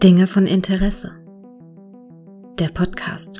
Dinge von Interesse. Der Podcast.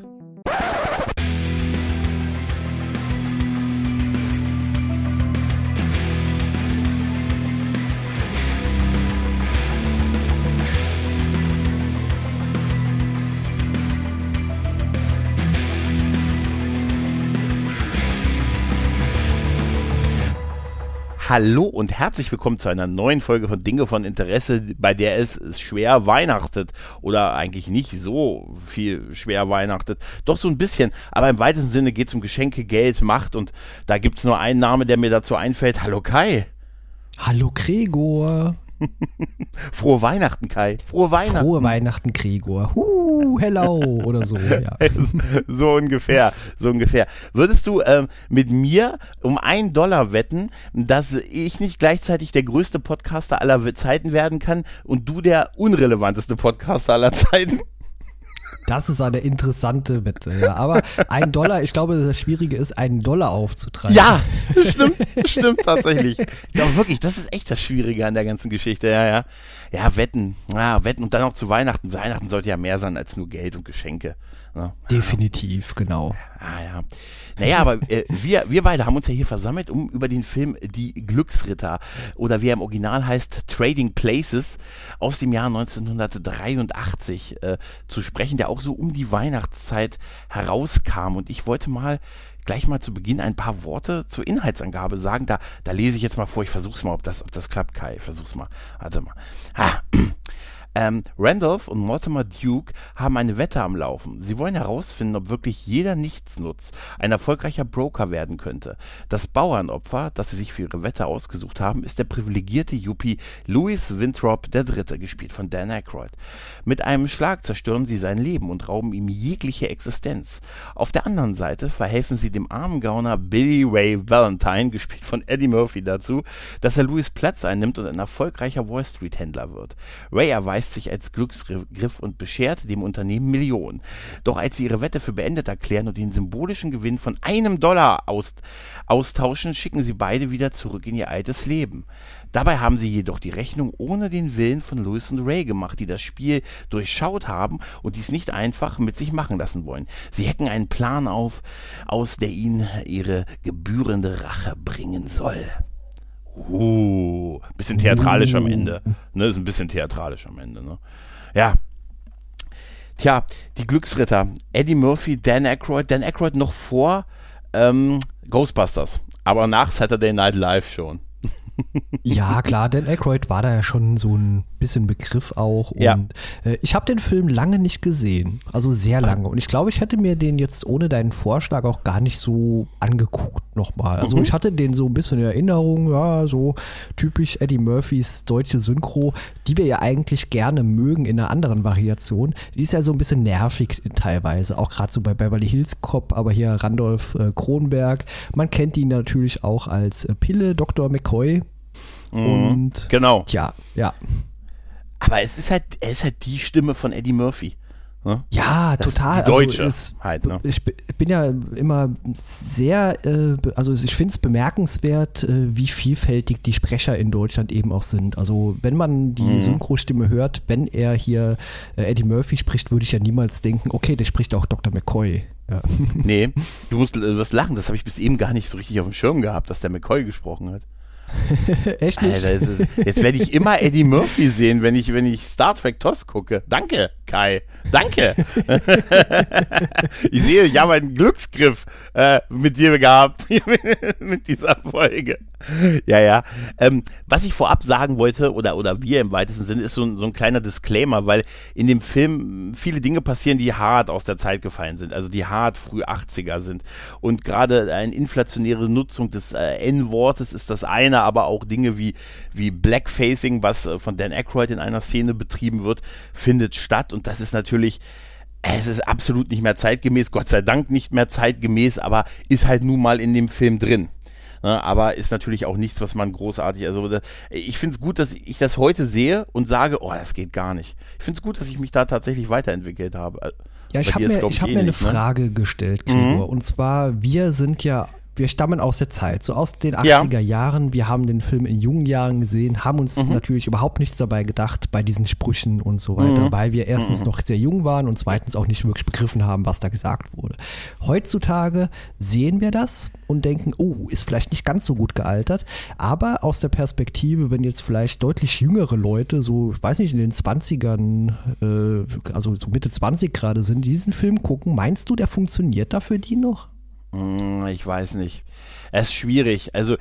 Hallo und herzlich willkommen zu einer neuen Folge von Dinge von Interesse, bei der es schwer weihnachtet oder eigentlich nicht so viel schwer weihnachtet, doch so ein bisschen, aber im weitesten Sinne geht es um Geschenke, Geld, Macht und da gibt es nur einen Namen, der mir dazu einfällt. Hallo Kai. Hallo Gregor. Frohe Weihnachten, Kai. Frohe Weihnachten. Frohe Weihnachten, Gregor. Hello oder so, ja. So ungefähr. Würdest du mit mir um $1 wetten, dass ich nicht gleichzeitig der größte Podcaster aller Zeiten werden kann und du der unrelevanteste Podcaster aller Zeiten? Das ist eine interessante Wette, ja. Aber $1, ich glaube, das Schwierige ist, $1 aufzutreiben. Ja, stimmt tatsächlich. Ich glaube wirklich, das ist echt das Schwierige an der ganzen Geschichte, ja. Ja, Wetten und dann auch zu Weihnachten. Weihnachten sollte ja mehr sein als nur Geld und Geschenke. Ne? Definitiv, genau. Ja. Naja, aber wir beide haben uns ja hier versammelt, um über den Film Die Glücksritter oder wie er im Original heißt, Trading Places aus dem Jahr 1983 zu sprechen, der auch so um die Weihnachtszeit herauskam. Und ich wollte gleich mal zu Beginn ein paar Worte zur Inhaltsangabe sagen. Da lese ich jetzt mal vor, ich versuch's mal, ob das klappt, Kai. Versuch's mal. Warte mal. Randolph und Mortimer Duke haben eine Wette am Laufen. Sie wollen herausfinden, ob wirklich jeder Nichtsnutz ein erfolgreicher Broker werden könnte. Das Bauernopfer, das sie sich für ihre Wette ausgesucht haben, ist der privilegierte Yuppie Louis Winthrop III., gespielt von Dan Aykroyd. Mit einem Schlag zerstören sie sein Leben und rauben ihm jegliche Existenz. Auf der anderen Seite verhelfen sie dem armen Gauner Billy Ray Valentine, gespielt von Eddie Murphy, dazu, dass er Louis Platz einnimmt und ein erfolgreicher Wall-Street-Händler wird. Ray erweist sich als Glücksgriff und beschert dem Unternehmen Millionen. Doch als sie ihre Wette für beendet erklären und den symbolischen Gewinn von $1 austauschen, schicken sie beide wieder zurück in ihr altes Leben. Dabei haben sie jedoch die Rechnung ohne den Willen von Louis und Ray gemacht, die das Spiel durchschaut haben und dies nicht einfach mit sich machen lassen wollen. Sie hecken einen Plan aus der ihnen ihre gebührende Rache bringen soll. Bisschen theatralisch am Ende. Ne, ist ein bisschen theatralisch am Ende, ne? Ja. Tja, die Glücksritter. Eddie Murphy, Dan Aykroyd noch vor Ghostbusters, aber nach Saturday Night Live schon. Ja, klar, Dan Aykroyd war da ja schon so ein bisschen Begriff auch. Und ja. Ich habe den Film lange nicht gesehen, also sehr lange. Und ich glaube, ich hätte mir den jetzt ohne deinen Vorschlag auch gar nicht so angeguckt nochmal. Also ich hatte den so ein bisschen in Erinnerung, ja, so typisch Eddie Murphys deutsche Synchro, die wir ja eigentlich gerne mögen in einer anderen Variation. Die ist ja so ein bisschen nervig teilweise, auch gerade so bei Beverly Hills Cop, aber hier Randolph Kronberg. Man kennt ihn natürlich auch als Pille, Dr. McCoy. Und genau. Ja. Aber er ist halt die Stimme von Eddie Murphy. Ne? Ja, das total. Die Deutsche also halt, ne? Ich bin ja immer sehr, also ich finde es bemerkenswert, wie vielfältig die Sprecher in Deutschland eben auch sind. Also wenn man die Synchrostimme hört, wenn er hier Eddie Murphy spricht, würde ich ja niemals denken, okay, der spricht auch Dr. McCoy. Ja. Nee, du wirst lachen, das habe ich bis eben gar nicht so richtig auf dem Schirm gehabt, dass der McCoy gesprochen hat. Echt nicht? Alter, jetzt werde ich immer Eddie Murphy sehen, wenn ich Star Trek TOS gucke. Danke, Kai. Danke. Ich sehe, ich habe einen Glücksgriff mit dir gehabt mit dieser Folge. Ja. Was ich vorab sagen wollte, oder wir im weitesten Sinne, ist so ein kleiner Disclaimer, weil in dem Film viele Dinge passieren, die hart aus der Zeit gefallen sind, also die hart früh 80er sind. Und gerade eine inflationäre Nutzung des N-Wortes ist das eine, aber auch Dinge wie Blackfacing, was von Dan Aykroyd in einer Szene betrieben wird, findet statt. Und das ist natürlich, es ist absolut nicht mehr zeitgemäß, Gott sei Dank nicht mehr zeitgemäß, aber ist halt nun mal in dem Film drin. Ne, aber ist natürlich auch nichts, was man großartig, ich finde es gut, dass ich das heute sehe und sage, oh, das geht gar nicht. Ich finde es gut, dass ich mich da tatsächlich weiterentwickelt habe. Ja, ich habe mir eine Frage gestellt, Gregor. Und zwar, wir sind ja wir stammen aus der Zeit, so aus den 80er Jahren. Wir haben den Film in jungen Jahren gesehen, haben uns natürlich überhaupt nichts dabei gedacht bei diesen Sprüchen und so weiter, weil wir erstens noch sehr jung waren und zweitens auch nicht wirklich begriffen haben, was da gesagt wurde. Heutzutage sehen wir das und denken, oh, ist vielleicht nicht ganz so gut gealtert, aber aus der Perspektive, wenn jetzt vielleicht deutlich jüngere Leute, so, ich weiß nicht, in den 20ern, also so Mitte 20 gerade sind, diesen Film gucken, meinst du, der funktioniert da für die noch? Ich weiß nicht. Es ist schwierig. Also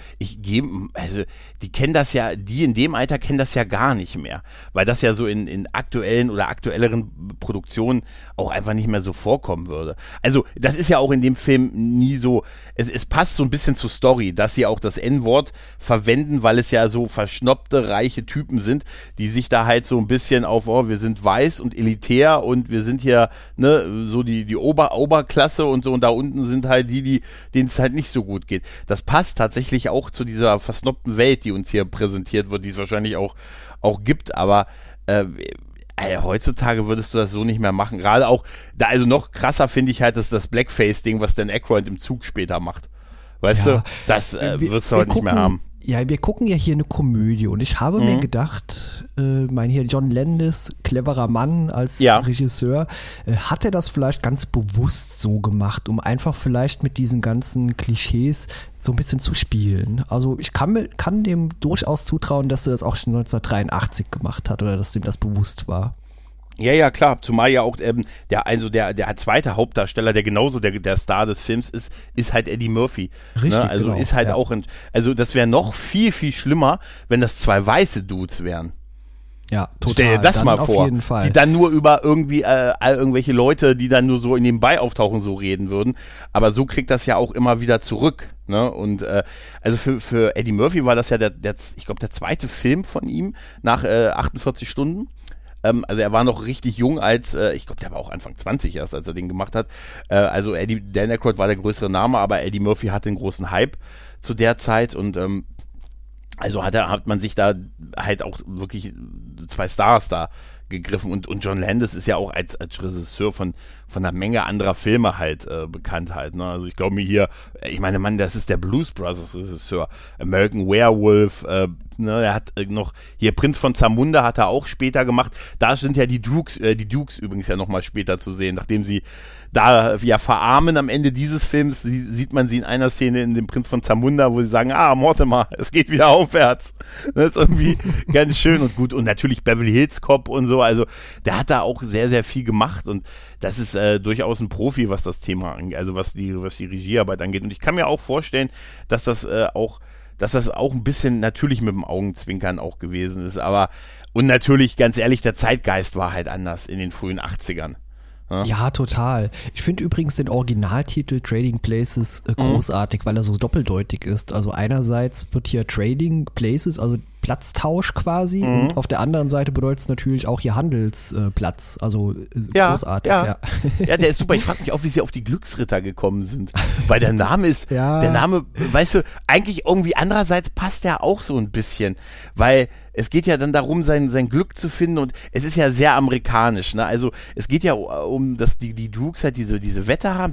die kennen das ja, die in dem Alter kennen das ja gar nicht mehr, weil das ja so in aktuellen oder aktuelleren Produktionen auch einfach nicht mehr so vorkommen würde. Also das ist ja auch in dem Film nie so, es passt so ein bisschen zur Story, dass sie auch das N-Wort verwenden, weil es ja so verschnoppte, reiche Typen sind, die sich da halt so ein bisschen auf, wir sind weiß und elitär und wir sind hier, ne, so die Oberklasse und so, und da unten sind halt die, denen es halt nicht so gut geht. Das passt tatsächlich auch zu dieser versnobten Welt, die uns hier präsentiert wird, die es wahrscheinlich auch gibt, aber heutzutage würdest du das so nicht mehr machen. Gerade auch, also noch krasser finde ich halt das Blackface-Ding, was Dan Aykroyd im Zug später macht. Weißt du, das wirst du heute nicht mehr haben. Ja, wir gucken ja hier eine Komödie und ich habe mir gedacht, hier John Landis, cleverer Mann als Regisseur, hat er das vielleicht ganz bewusst so gemacht, um einfach vielleicht mit diesen ganzen Klischees so ein bisschen zu spielen. Also ich kann dem durchaus zutrauen, dass er das auch schon 1983 gemacht hat oder dass dem das bewusst war. Ja, klar, zumal ja auch der zweite Hauptdarsteller, der genauso der Star des Films ist halt Eddie Murphy. Richtig, ne? Also genau, ist halt auch, also das wäre noch viel, viel schlimmer, wenn das zwei weiße Dudes wären. Ja, total. Stell dir das dann mal auf vor, jeden Fall. die dann nur über irgendwie irgendwelche Leute, die dann nur so nebenbei auftauchen, so reden würden. Aber so kriegt das ja auch immer wieder zurück. Ne? Und also für Eddie Murphy war das ja ich glaube, der zweite Film von ihm nach 48 Stunden. Also er war noch richtig jung ich glaube, der war auch Anfang 20 erst, als er den gemacht hat. Also Dan Aykroyd war der größere Name, aber Eddie Murphy hatte einen großen Hype zu der Zeit und also hat man sich da halt auch wirklich zwei Stars da gegriffen und John Landis ist ja auch als Regisseur von einer Menge anderer Filme halt bekannt halt, ne? Also ich glaube mir hier, ich meine, Mann, das ist der Blues Brothers Regisseur, American Werewolf, ne, er hat noch hier Prinz von Zamunda hat er auch später gemacht, da sind ja die Dukes übrigens ja nochmal später zu sehen, nachdem sie da ja verarmen am Ende dieses Films, sieht man sie in einer Szene in dem Prinz von Zamunda, wo sie sagen, Mortimer, es geht wieder aufwärts. Das ist irgendwie ganz schön und gut. Und natürlich Beverly Hills Cop und so, also der hat da auch sehr, sehr viel gemacht und das ist durchaus ein Profi, was das Thema angeht, also was die Regiearbeit angeht. Und ich kann mir auch vorstellen, dass das auch ein bisschen natürlich mit dem Augenzwinkern auch gewesen ist, und natürlich, ganz ehrlich, der Zeitgeist war halt anders in den frühen 80ern. Ja, total. Ich finde übrigens den Originaltitel Trading Places großartig, weil er so doppeldeutig ist. Also einerseits wird hier Trading Places, also Platztausch quasi, und auf der anderen Seite bedeutet es natürlich auch hier Handelsplatz, also großartig. Ja, der ist super. Ich frage mich auch, wie sie auf die Glücksritter gekommen sind, weil der Name ist, weißt du, eigentlich irgendwie andererseits passt der auch so ein bisschen, weil es geht ja dann darum, sein Glück zu finden und es ist ja sehr amerikanisch, ne? Also es geht ja um, dass die Dukes halt diese Wette haben,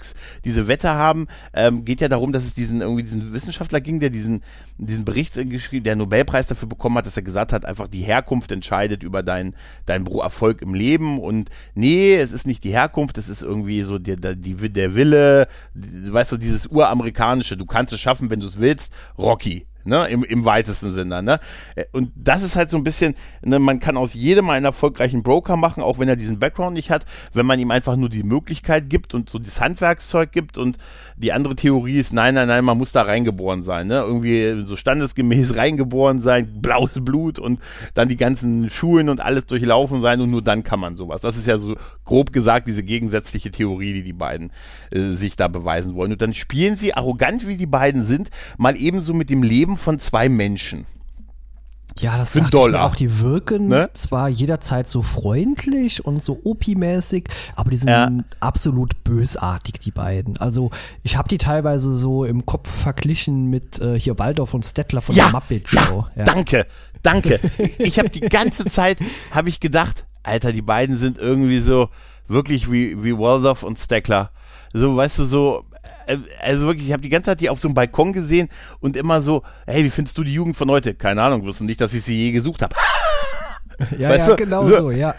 geht ja darum, dass es diesen Wissenschaftler ging, der diesen Bericht geschrieben, der Nobelpreis dafür bekommen hat, dass er gesagt hat, einfach die Herkunft entscheidet über deinen Erfolg im Leben und nee, es ist nicht die Herkunft, es ist irgendwie so der Wille, weißt du, dieses uramerikanische, du kannst es schaffen, wenn du es willst, Rocky. Ne, im weitesten Sinne, ne? Und das ist halt so ein bisschen, ne, man kann aus jedem einen erfolgreichen Broker machen, auch wenn er diesen Background nicht hat, wenn man ihm einfach nur die Möglichkeit gibt und so das Handwerkszeug gibt und die andere Theorie ist, nein, man muss da reingeboren sein, ne? Irgendwie so standesgemäß reingeboren sein, blaues Blut und dann die ganzen Schulen und alles durchlaufen sein und nur dann kann man sowas. Das ist ja so grob gesagt diese gegensätzliche Theorie, die beiden sich da beweisen wollen. Und dann spielen sie, arrogant wie die beiden sind, mal ebenso mit dem Leben von zwei Menschen. Ja, das dachte ich mir auch, die wirken zwar jederzeit so freundlich und so OP-mäßig, aber die sind absolut bösartig, die beiden. Also ich habe die teilweise so im Kopf verglichen mit hier Waldorf und Stettler von der Muppet Show. Ja, danke. Ich habe die ganze Zeit, gedacht, Alter, die beiden sind irgendwie so wirklich wie Waldorf und Stettler. So, weißt du, so Also wirklich, ich habe die ganze Zeit die auf so einem Balkon gesehen und immer so, hey, wie findest du die Jugend von heute? Keine Ahnung, wusste nicht, dass ich sie je gesucht habe. Ja, weißt ja, du? genau so, ja.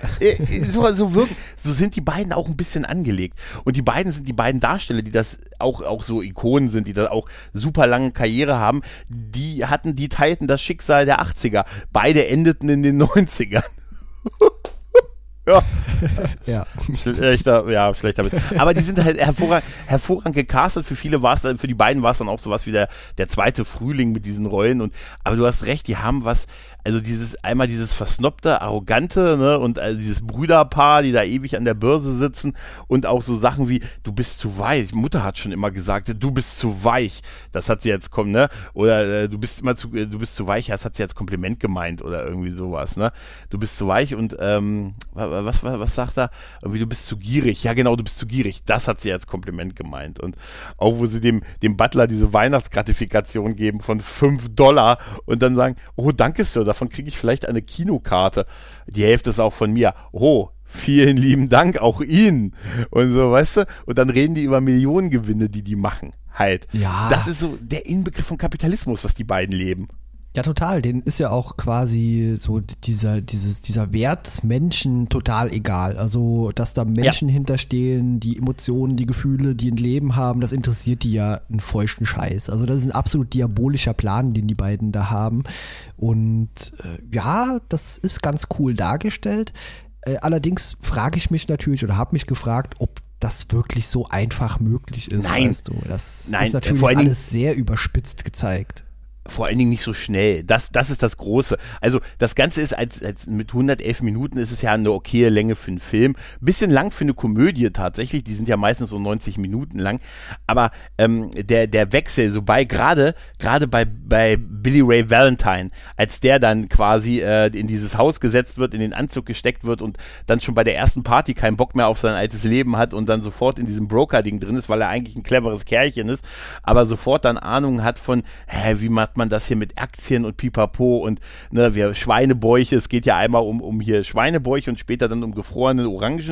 So sind die beiden auch ein bisschen angelegt. Und die beiden sind die beiden Darsteller, die das auch so Ikonen sind, die da auch super lange Karriere haben, die teilten das Schicksal der 80er. Beide endeten in den 90ern. Ja. Ja. Schlechter Witz. Aber die sind halt hervorragend gecastet. Für die beiden war es dann auch sowas wie der zweite Frühling mit diesen Rollen. Aber du hast recht, die haben was, also einmal dieses versnobte, arrogante, ne, und dieses Brüderpaar, die da ewig an der Börse sitzen und auch so Sachen wie, du bist zu weich. Mutter hat schon immer gesagt, du bist zu weich. Das hat sie jetzt ne? Oder du bist zu weich, das hat sie als Kompliment gemeint oder irgendwie sowas, ne? Du bist zu weich und was sagt er? Irgendwie, du bist zu gierig. Ja, genau, du bist zu gierig. Das hat sie als Kompliment gemeint. Und auch, wo sie dem Butler diese Weihnachtsgratifikation geben von $5 und dann sagen, oh, danke, Sir, davon kriege ich vielleicht eine Kinokarte. Die Hälfte ist auch von mir. Oh, vielen lieben Dank, auch Ihnen. Und so, weißt du? Und dann reden die über Millionengewinne, die machen. Halt. Ja. Das ist so der Inbegriff von Kapitalismus, was die beiden leben. Ja, total. Denen ist ja auch quasi so dieser Wert des Menschen total egal. Also, dass da Menschen hinterstehen, die Emotionen, die Gefühle, die ein Leben haben, das interessiert die ja einen feuchten Scheiß. Also, das ist ein absolut diabolischer Plan, den die beiden da haben. Und ja, das ist ganz cool dargestellt. Allerdings frage ich mich natürlich oder habe mich gefragt, ob das wirklich so einfach möglich ist. Nein. Weißt du? Das Nein, ist natürlich alles sehr überspitzt gezeigt. Vor allen Dingen nicht so schnell. Das ist das Große. Also das Ganze ist als mit 111 Minuten ist es ja eine okaye Länge für einen Film. Bisschen lang für eine Komödie tatsächlich. Die sind ja meistens so 90 Minuten lang. Aber der Wechsel, so gerade bei Billy Ray Valentine, als der dann quasi in dieses Haus gesetzt wird, in den Anzug gesteckt wird und dann schon bei der ersten Party keinen Bock mehr auf sein altes Leben hat und dann sofort in diesem Broker-Ding drin ist, weil er eigentlich ein cleveres Kerlchen ist, aber sofort dann Ahnung hat von, wie macht man das hier mit Aktien und Pipapo und ne, wir Schweinebäuche, es geht ja einmal um hier Schweinebäuche und später dann um gefrorene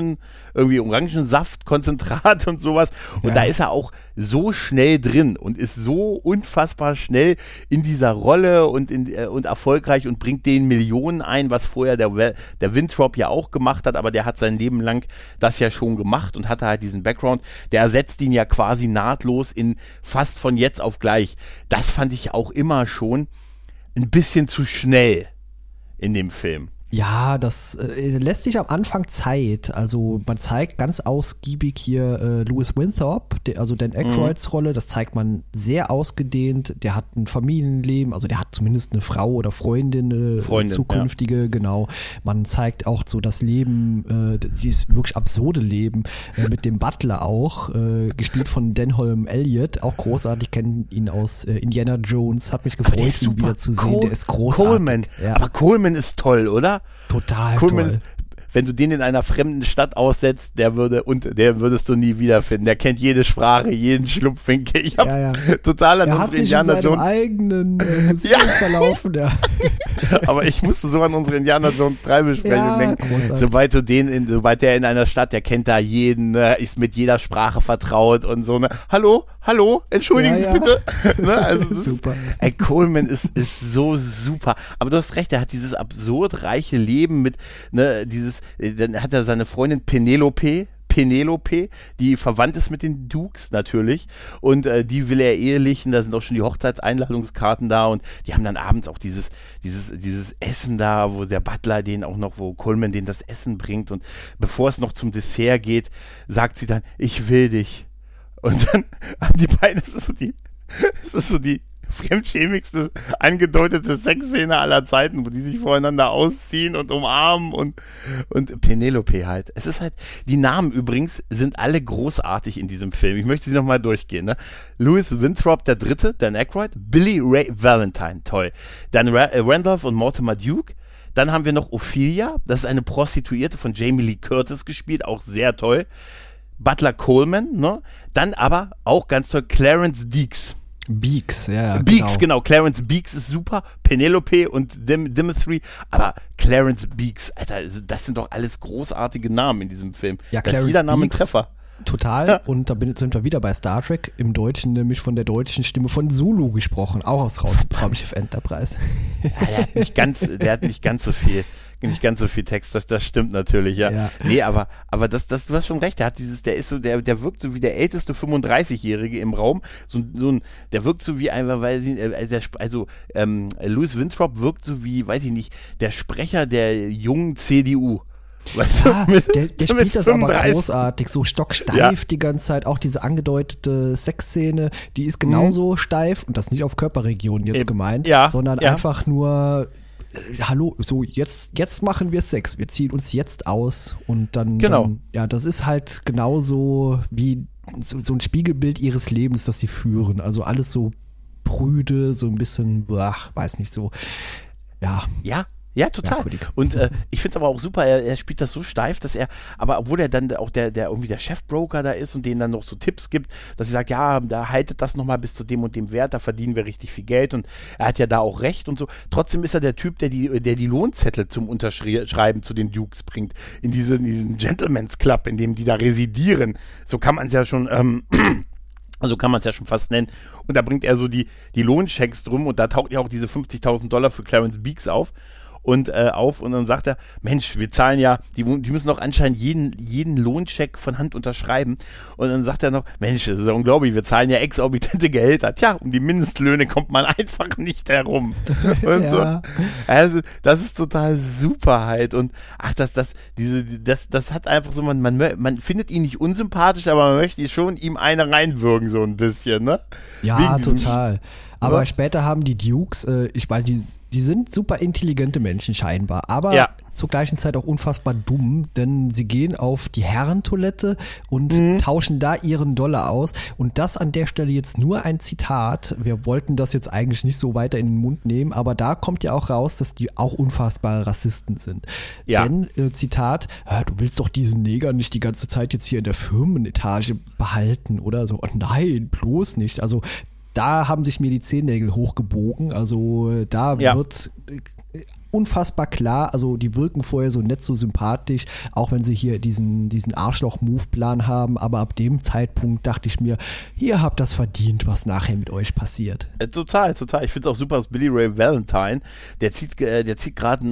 Orangensaftkonzentrat und sowas und da ist er auch so schnell drin und ist so unfassbar schnell in dieser Rolle und erfolgreich und bringt den Millionen ein, was vorher der Winthrop ja auch gemacht hat, aber der hat sein Leben lang das ja schon gemacht und hatte halt diesen Background, der ersetzt ihn ja quasi nahtlos in fast von jetzt auf gleich. Das fand ich auch immer schon ein bisschen zu schnell in dem Film. Ja, das lässt sich am Anfang Zeit. Also man zeigt ganz ausgiebig hier Louis Winthrop, also Dan Aykroyds Rolle, das zeigt man sehr ausgedehnt. Der hat ein Familienleben, also der hat zumindest eine Frau oder Freundin, zukünftige, ja. Genau. Man zeigt auch so das Leben, dieses wirklich absurde Leben mit dem Butler auch, gespielt von Denholm Elliott, auch großartig, kennen ihn aus Indiana Jones, hat mich gefreut, ihn wieder zu sehen, der ist großartig. Coleman, ja. Aber Coleman ist toll, oder? Total Coleman toll. Wenn du den in einer fremden Stadt aussetzt, der würdest du nie wiederfinden. Der kennt jede Sprache, jeden Schlupfwinkel. Ich habe total an unsere Indiana Jones eigenen Museum verlaufen. Ja. Aber ich musste so an unsere Indiana Jones 3 Besprechung denken. Sobald der in einer Stadt, der kennt da jeden, ne, ist mit jeder Sprache vertraut und so. Ne? Hallo, entschuldigen Sie bitte. Ne? Also super. Coleman ist so super. Aber du hast recht, er hat dieses absurd reiche Leben mit, ne, dann hat er seine Freundin Penelope, die verwandt ist mit den Dukes natürlich und die will er ehelichen, da sind auch schon die Hochzeitseinladungskarten da und die haben dann abends auch dieses Essen da, wo der Butler wo Coleman den das Essen bringt und bevor es noch zum Dessert geht, sagt sie dann, ich will dich. Und dann haben die beiden, das ist so die fremdschämigste angedeutete Sexszene aller Zeiten, wo die sich voreinander ausziehen und umarmen und Penelope halt. Es ist halt, die Namen übrigens sind alle großartig in diesem Film. Ich möchte sie nochmal durchgehen. Ne? Louis Winthrop der Dritte, Dan Aykroyd, Billy Ray Valentine, toll. Dann Randolph und Mortimer Duke. Dann haben wir noch Ophelia, das ist eine Prostituierte von Jamie Lee Curtis gespielt, auch sehr toll. Butler Coleman, ne? Dann aber auch ganz toll Clarence Beeks, ja. Beeks, genau. Clarence Beeks ist super. Penelope und Dimitri. Aber Clarence Beeks, Alter, das sind doch alles großartige Namen in diesem Film. Ja, da ist jeder Name ein Treffer. Total. Und da sind wir wieder bei Star Trek, im Deutschen nämlich von der deutschen Stimme von Zulu gesprochen, auch aus Raumschiff Enterprise. Ja, der hat nicht ganz so viel Text, das stimmt natürlich, ja. Nee, aber du hast schon recht, der wirkt so wie der älteste 35-Jährige im Raum, der wirkt so wie einfach, Louis Winthrop wirkt so wie, weiß ich nicht, der Sprecher der jungen CDU. Weißt ja, du, der spielt das 35. aber großartig, so stocksteif die ganze Zeit. Auch diese angedeutete Sexszene, die ist genauso steif, und das nicht auf Körperregionen jetzt gemeint, sondern einfach nur, hallo, so jetzt machen wir Sex, wir ziehen uns jetzt aus, und dann, das ist halt genauso wie so ein Spiegelbild ihres Lebens, das sie führen. Also alles so prüde, so ein bisschen, weiß nicht, so, Ja, total. Und ich finde es aber auch super, er spielt das so steif, dass aber obwohl er dann auch der irgendwie der Chefbroker da ist und denen dann noch so Tipps gibt, dass er sagt, ja, da haltet das nochmal bis zu dem und dem Wert, da verdienen wir richtig viel Geld, und er hat ja da auch recht und so. Trotzdem ist er der Typ, der die Lohnzettel zum Unterschreiben zu den Dukes bringt, in diesen Gentleman's Club, in dem die da residieren. So kann man es ja schon also kann man es ja schon fast nennen. Und da bringt er so die Lohnchecks drum, und da taucht ja auch diese $50.000 für Clarence Beeks auf. Und dann sagt er, Mensch, wir zahlen ja, die müssen doch anscheinend jeden Lohncheck von Hand unterschreiben. Und dann sagt er noch, Mensch, das ist ja unglaublich, wir zahlen ja exorbitante Gehälter. Tja, um die Mindestlöhne kommt man einfach nicht herum. Und so. Also, das ist total super halt. Und das hat einfach so, man findet ihn nicht unsympathisch, aber man möchte schon ihm eine reinwürgen, so ein bisschen, ne? Ja, total. Aber später haben die Dukes, ich weiß, die sind super intelligente Menschen scheinbar, aber zur gleichen Zeit auch unfassbar dumm, denn sie gehen auf die Herrentoilette und tauschen da ihren Dollar aus. Und das an der Stelle jetzt nur ein Zitat. Wir wollten das jetzt eigentlich nicht so weiter in den Mund nehmen, aber da kommt ja auch raus, dass die auch unfassbare Rassisten sind. Ja. Denn, Zitat, du willst doch diesen Neger nicht die ganze Zeit jetzt hier in der Firmenetage behalten oder so. Oh nein, bloß nicht. Also da haben sich mir die Zehennägel hochgebogen, also da wird unfassbar klar, also die wirken vorher so nett, so sympathisch, auch wenn sie hier diesen Arschloch-Move-Plan haben, aber ab dem Zeitpunkt dachte ich mir, ihr habt das verdient, was nachher mit euch passiert. Total. Ich finde es auch super, dass Billy Ray Valentine, der zieht gerade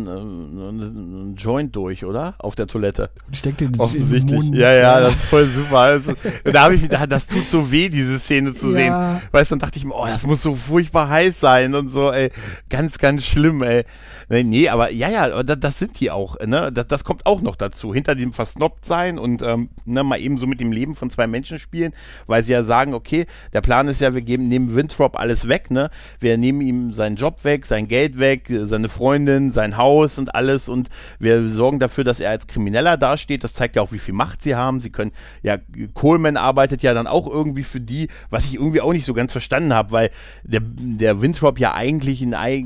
einen Joint durch, oder? Auf der Toilette. Ich denke, den offensichtlich. In den Mund, ja, das ist voll super. Also, da habe ich das tut so weh, diese Szene zu sehen. Weißt du, dann dachte ich mir, das muss so furchtbar heiß sein und so, ey. Ganz, ganz schlimm, ey. Nee, aber das sind die auch, ne? Das kommt auch noch dazu, hinter dem Versnobbt-Sein und mal eben so mit dem Leben von zwei Menschen spielen, weil sie ja sagen, okay, der Plan ist ja, nehmen Winthrop alles weg, ne? Wir nehmen ihm seinen Job weg, sein Geld weg, seine Freundin, sein Haus und alles, und wir sorgen dafür, dass er als Krimineller dasteht. Das zeigt ja auch, wie viel Macht sie haben. Sie können, Coleman arbeitet ja dann auch irgendwie für die, was ich irgendwie auch nicht so ganz verstanden habe, weil der Winthrop ja eigentlich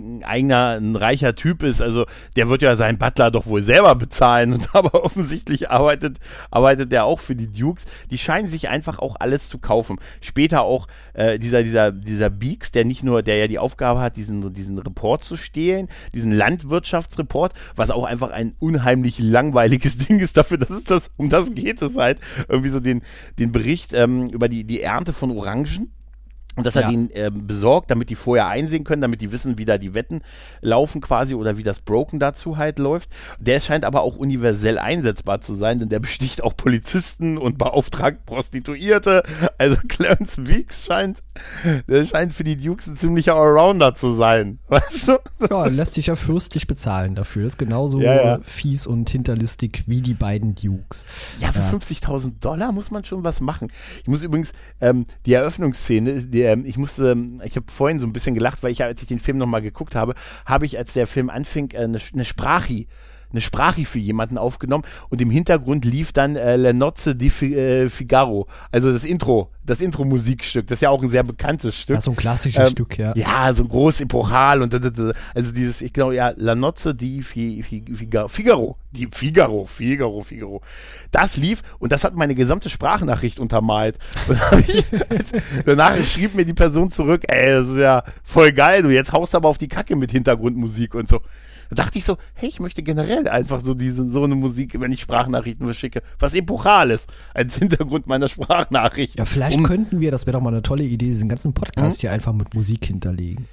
ein reicher Typ ist, also der wird ja seinen Butler doch wohl selber bezahlen, und aber offensichtlich arbeitet er auch für die Dukes. Die scheinen sich einfach auch alles zu kaufen. Später auch dieser Beeks, der ja die Aufgabe hat, diesen Report zu stehlen, diesen Landwirtschaftsreport, was auch einfach ein unheimlich langweiliges Ding ist dafür, um das geht es halt, irgendwie so den Bericht über die Ernte von Orangen. Und dass er den besorgt, damit die vorher einsehen können, damit die wissen, wie da die Wetten laufen quasi oder wie das Broken dazu halt läuft. Der scheint aber auch universell einsetzbar zu sein, denn der besticht auch Polizisten und beauftragt Prostituierte. Also Clarence Beeks scheint für die Dukes ein ziemlicher Allrounder zu sein. Weißt du? Lässt sich ja fürstlich bezahlen dafür. Das ist genauso fies und hinterlistig wie die beiden Dukes. Ja, für $50.000 muss man schon was machen. Ich muss übrigens, die Eröffnungsszene, ich habe vorhin so ein bisschen gelacht, weil als ich den Film nochmal geguckt habe, als der Film anfing, eine Sprache für jemanden aufgenommen, und im Hintergrund lief dann La Nozze di Figaro, also das Intro-Musikstück, das ist ja auch ein sehr bekanntes Stück. Ja, so ein klassisches Stück, ja. Ja, so ein groß epochal und also dieses, ich glaube, La Nozze di Figaro. Das lief, und das hat meine gesamte Sprachnachricht untermalt. Und danach schrieb mir die Person zurück, ey, das ist ja voll geil, du jetzt haust aber auf die Kacke mit Hintergrundmusik und so. Da dachte ich so, hey, ich möchte generell einfach so eine Musik, wenn ich Sprachnachrichten verschicke, was epochal ist, als Hintergrund meiner Sprachnachrichten. Ja, vielleicht könnten wir, das wäre doch mal eine tolle Idee, diesen ganzen Podcast hier einfach mit Musik hinterlegen.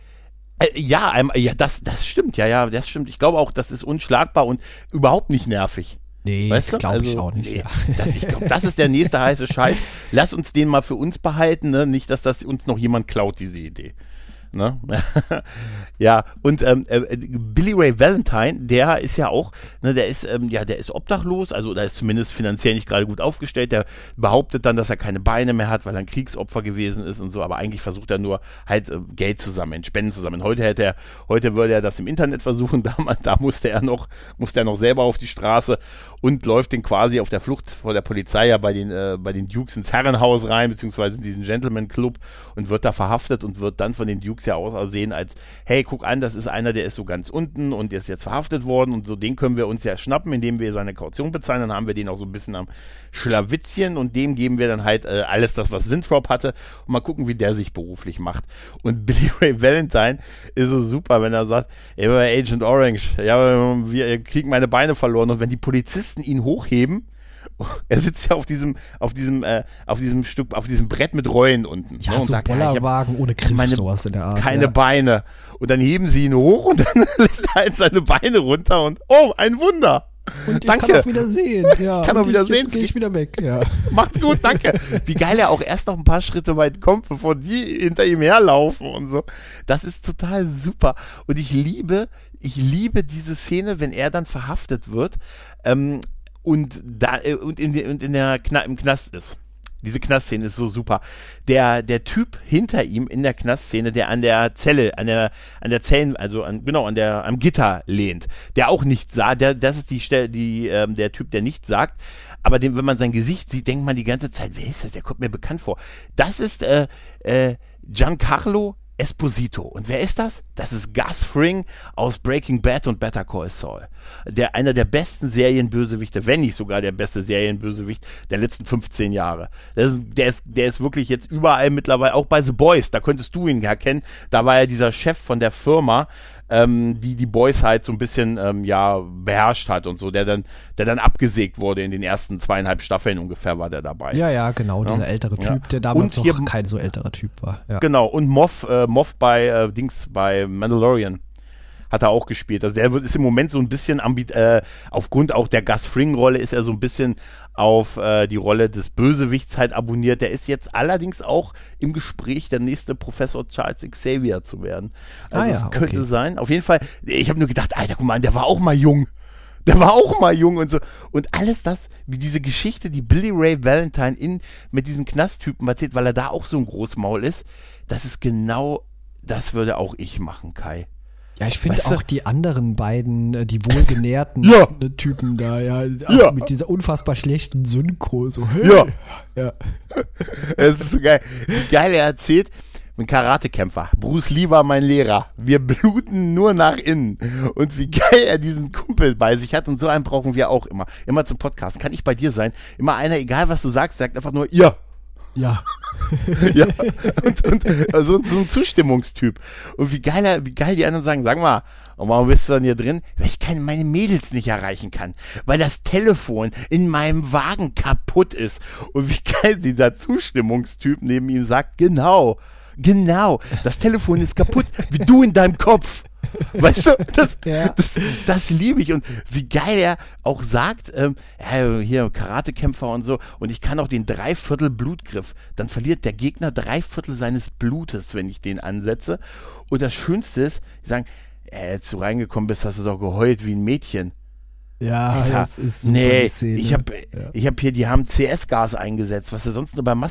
Das stimmt, das stimmt. Ich glaube auch, das ist unschlagbar und überhaupt nicht nervig. Nee, weißt du? Glaube ich auch nicht. Nee, ich glaube, das ist der nächste heiße Scheiß. Lass uns den mal für uns behalten, ne? Nicht, dass das uns noch jemand klaut, diese Idee. Ne? Ja, und Billy Ray Valentine, der ist ja auch, ne, der ist obdachlos, also da ist zumindest finanziell nicht gerade gut aufgestellt, der behauptet dann, dass er keine Beine mehr hat, weil er ein Kriegsopfer gewesen ist und so, aber eigentlich versucht er nur halt Geld zu sammeln, Spenden zu sammeln. Heute würde er das im Internet versuchen, da musste er noch selber auf die Straße und läuft den quasi auf der Flucht vor der Polizei ja bei den Dukes ins Herrenhaus rein, beziehungsweise in diesen Gentleman Club und wird da verhaftet und wird dann von den Dukes ja aussehen als, hey, guck an, das ist einer, der ist so ganz unten und der ist jetzt verhaftet worden und so, den können wir uns ja schnappen, indem wir seine Kaution bezahlen, dann haben wir den auch so ein bisschen am Schlawitzchen und dem geben wir dann halt alles das, was Winthrop hatte und mal gucken, wie der sich beruflich macht. Und Billy Ray Valentine ist so super, wenn er sagt, ey, Agent Orange, ja, wir kriegen meine Beine verloren und wenn die Polizisten ihn hochheben, er sitzt ja auf diesem Brett mit Rollen unten. Ja, ne, und so sagt, Bollerwagen ohne Griff, sowas in der Art. Keine Beine. Und dann heben sie ihn hoch und dann lässt er halt seine Beine runter und oh, ein Wunder. Und danke. Ich kann auch wieder sehen. Ja, ich kann auch wieder sehen. Jetzt gehe ich wieder weg. Ja. Macht's gut, danke. Wie geil er auch erst noch ein paar Schritte weit kommt, bevor die hinter ihm herlaufen und so. Das ist total super. Und ich liebe diese Szene, wenn er dann verhaftet wird, und im Knast ist. Diese Knastszene ist so super. Der Typ hinter ihm in der Knastszene, der an der Zelle, am Gitter lehnt, der auch nichts sagt, das ist der Typ, der nichts sagt, aber wenn man sein Gesicht sieht, denkt man die ganze Zeit, wer ist das? Der kommt mir bekannt vor. Das ist Giancarlo Esposito. Und wer ist das? Das ist Gus Fring aus Breaking Bad und Better Call Saul. Einer der besten Serienbösewichte, wenn nicht sogar der beste Serienbösewicht der letzten 15 Jahre. Der ist wirklich jetzt überall mittlerweile, auch bei The Boys, da könntest du ihn ja kennen. Da war er dieser Chef von der Firma, die Boys halt so ein bisschen beherrscht hat und so, der dann abgesägt wurde in den ersten 2,5 Staffeln ungefähr war der dabei. Ja, genau, dieser ältere Typ, der damals noch kein so älterer Typ war. Ja. Genau, und Moff bei Mandalorian hat er auch gespielt. Also der ist im Moment so ein bisschen aufgrund auch der Gus Fring-Rolle ist er so ein bisschen auf die Rolle des Bösewichts halt abonniert. Der ist jetzt allerdings auch im Gespräch, der nächste Professor Charles Xavier zu werden. Also es könnte sein. Auf jeden Fall, ich habe nur gedacht, Alter, guck mal, der war auch mal jung. Und so. Und alles das, wie diese Geschichte, die Billy Ray Valentine mit diesen Knasttypen erzählt, weil er da auch so ein Großmaul ist, das ist genau, das würde auch ich machen, Kai. Ja, ich finde auch die anderen beiden, die wohlgenährten Typen da, mit dieser unfassbar schlechten Synchro, so, hey. Ja. Es ist so geil. Wie geil er erzählt, ein Karatekämpfer. Bruce Lee war mein Lehrer. Wir bluten nur nach innen. Und wie geil er diesen Kumpel bei sich hat. Und so einen brauchen wir auch immer. Immer zum Podcasten. Kann ich bei dir sein. Immer einer, egal was du sagst, sagt einfach nur, ja. Ja. Ja. Und so ein Zustimmungstyp. Und wie geil die anderen sagen, sag mal, und warum bist du dann hier drin? Weil ich meine Mädels nicht erreichen kann. Weil das Telefon in meinem Wagen kaputt ist. Und wie geil dieser Zustimmungstyp neben ihm sagt, genau, das Telefon ist kaputt, wie du in deinem Kopf. Weißt du, das liebe ich. Und wie geil er auch sagt, hier Karatekämpfer und so, und ich kann auch den 3/4 Blutgriff. Dann verliert der Gegner 3/4 seines Blutes, wenn ich den ansetze. Und das Schönste ist, die sagen, als du reingekommen bist, hast du doch geheult wie ein Mädchen. Ja, Alter, das ist super. Nee, ich hab hier, die haben CS-Gas eingesetzt, was sie sonst nur bei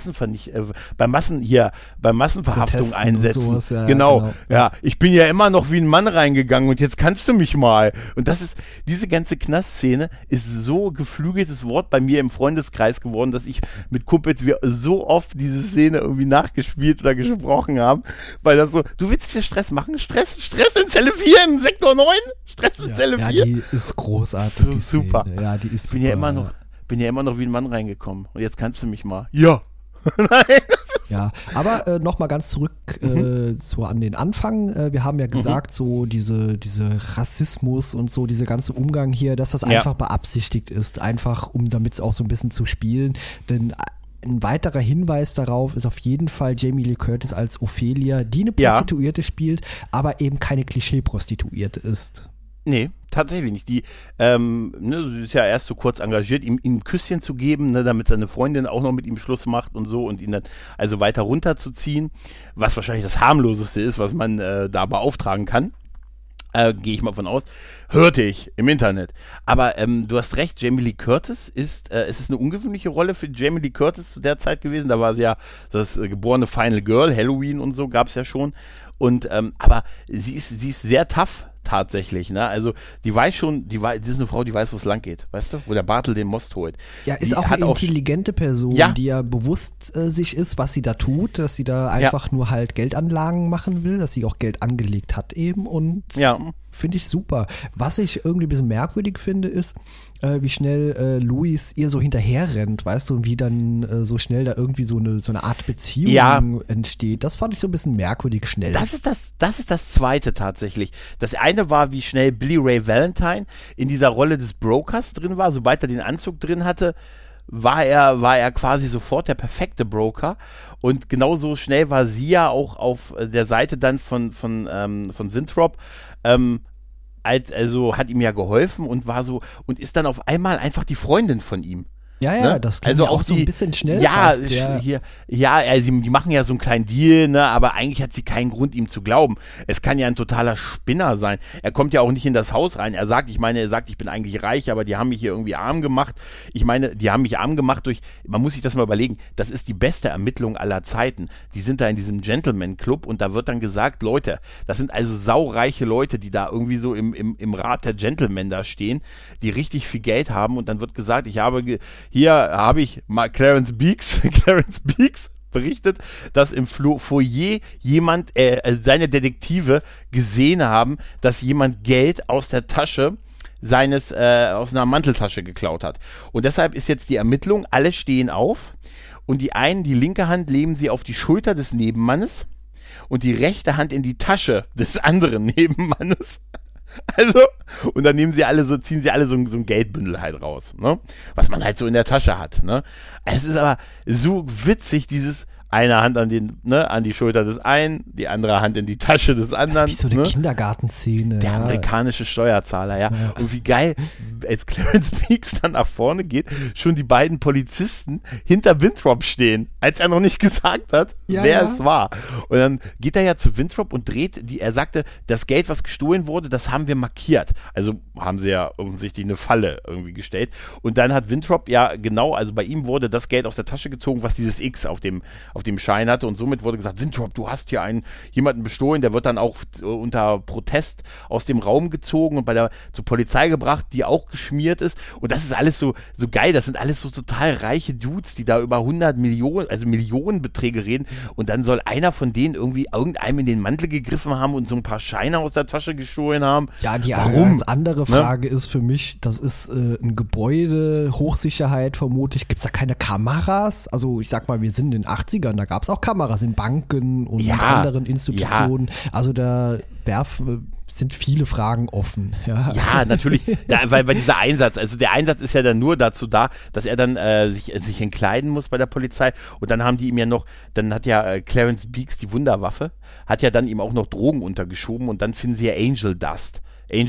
Massenverhaftung einsetzen. Sowas, genau. Ich bin ja immer noch wie ein Mann reingegangen und jetzt kannst du mich mal. Und diese ganze Knastszene ist so geflügeltes Wort bei mir im Freundeskreis geworden, dass ich mit Kumpels wir so oft diese Szene irgendwie nachgespielt oder gesprochen haben, weil das so, du willst dir Stress machen? Stress in Zelle 4 in Sektor 9? Stress in Zelle 4? Ja, die ist großartig. So super. Ja, die ist super. Bin ja immer noch wie ein Mann reingekommen. Und jetzt kannst du mich mal. Ja. Nein, das ist Ja, aber nochmal ganz zurück so an den Anfang. Wir haben ja gesagt, so diese Rassismus und so, dieser ganze Umgang hier, dass das einfach beabsichtigt ist, einfach um damit auch so ein bisschen zu spielen. Denn ein weiterer Hinweis darauf ist auf jeden Fall Jamie Lee Curtis als Ophelia, die eine Prostituierte spielt, aber eben keine Klischee-Prostituierte ist. Nee, tatsächlich nicht. Die sie ist ja erst so kurz engagiert, ihm ein Küsschen zu geben, ne, damit seine Freundin auch noch mit ihm Schluss macht und so und ihn dann also weiter runterzuziehen, was wahrscheinlich das harmloseste ist, was man da beauftragen kann. Gehe ich mal von aus. Hörte ich im Internet. Aber du hast recht, Jamie Lee Curtis es ist eine ungewöhnliche Rolle für Jamie Lee Curtis zu der Zeit gewesen. Da war sie ja das geborene Final Girl, Halloween und so gab es ja schon. Und aber sie ist sehr tough tatsächlich, ne? Also die weiß schon, die ist eine Frau, die weiß, wo es lang geht, weißt du? Wo der Bartel den Most holt. Ja, ist auch eine intelligente Person, die ja bewusst sich ist, was sie da tut, dass sie da einfach nur halt Geldanlagen machen will, dass sie auch Geld angelegt hat eben und finde ich super. Was ich irgendwie ein bisschen merkwürdig finde, ist, wie schnell Louis ihr so hinterher rennt, weißt du, und wie dann so schnell da irgendwie so eine Art Beziehung entsteht. Das fand ich so ein bisschen merkwürdig schnell. Das ist das Zweite tatsächlich. Das eine war, wie schnell Billy Ray Valentine in dieser Rolle des Brokers drin war. Sobald er den Anzug drin hatte, war er quasi sofort der perfekte Broker. Und genauso schnell war sie ja auch auf der Seite dann von Winthrop. Also hat ihm ja geholfen und war so und ist dann auf einmal einfach die Freundin von ihm. Ja, ne? Das ging also auch so ein bisschen schnell. Die machen ja so einen kleinen Deal, ne? Aber eigentlich hat sie keinen Grund, ihm zu glauben. Es kann ja ein totaler Spinner sein. Er kommt ja auch nicht in das Haus rein. Er sagt, ich bin eigentlich reich, aber die haben mich hier irgendwie arm gemacht. Ich meine, die haben mich arm gemacht man muss sich das mal überlegen, das ist die beste Ermittlung aller Zeiten. Die sind da in diesem Gentleman-Club und da wird dann gesagt, Leute, das sind also saureiche Leute, die da irgendwie so im Rat der Gentlemen da stehen, die richtig viel Geld haben und dann wird gesagt, hier habe ich mal Clarence Beeks berichtet, dass im Foyer seine Detektive gesehen haben, dass jemand Geld aus der Tasche aus einer Manteltasche geklaut hat. Und deshalb ist jetzt die Ermittlung, alle stehen auf und die linke Hand legen sie auf die Schulter des Nebenmannes und die rechte Hand in die Tasche des anderen Nebenmannes. Also, und dann ziehen sie alle so ein Geldbündel halt raus, ne? Was man halt so in der Tasche hat, ne? Es ist aber so witzig, dieses eine Hand an die Schulter des einen, die andere Hand in die Tasche des anderen. Das ist wie so eine Kindergartenszene. Der amerikanische Steuerzahler, ja. Und wie geil, als Clarence Beeks dann nach vorne geht, schon die beiden Polizisten hinter Winthrop stehen, als er noch nicht gesagt hat, wer es war. Und dann geht er ja zu Winthrop und er sagte, das Geld, was gestohlen wurde, das haben wir markiert. Also haben sie ja offensichtlich eine Falle irgendwie gestellt. Und dann hat Winthrop also bei ihm wurde das Geld aus der Tasche gezogen, was dieses X auf dem Schein hatte und somit wurde gesagt, Winthrop, du hast hier jemanden bestohlen, der wird dann auch unter Protest aus dem Raum gezogen und zur Polizei gebracht, die auch geschmiert ist und das ist alles so geil, das sind alles so total reiche Dudes, die da über 100 Millionen, also Millionenbeträge reden und dann soll einer von denen irgendwie irgendeinem in den Mantel gegriffen haben und so ein paar Scheine aus der Tasche gestohlen haben. Ja, die ganz andere Frage ist für mich, das ist ein Gebäude, Hochsicherheit vermutlich, gibt es da keine Kameras? Also ich sag mal, wir sind in den 80ern, da gab es auch Kameras in Banken und anderen Institutionen. Ja. Also da sind viele Fragen offen. Ja, natürlich. Weil dieser Einsatz, also der Einsatz ist ja dann nur dazu da, dass er dann sich entkleiden muss bei der Polizei und dann haben die ihm dann hat ja Clarence Beeks die Wunderwaffe, hat ja dann ihm auch noch Drogen untergeschoben und dann finden sie ja Angel Dust,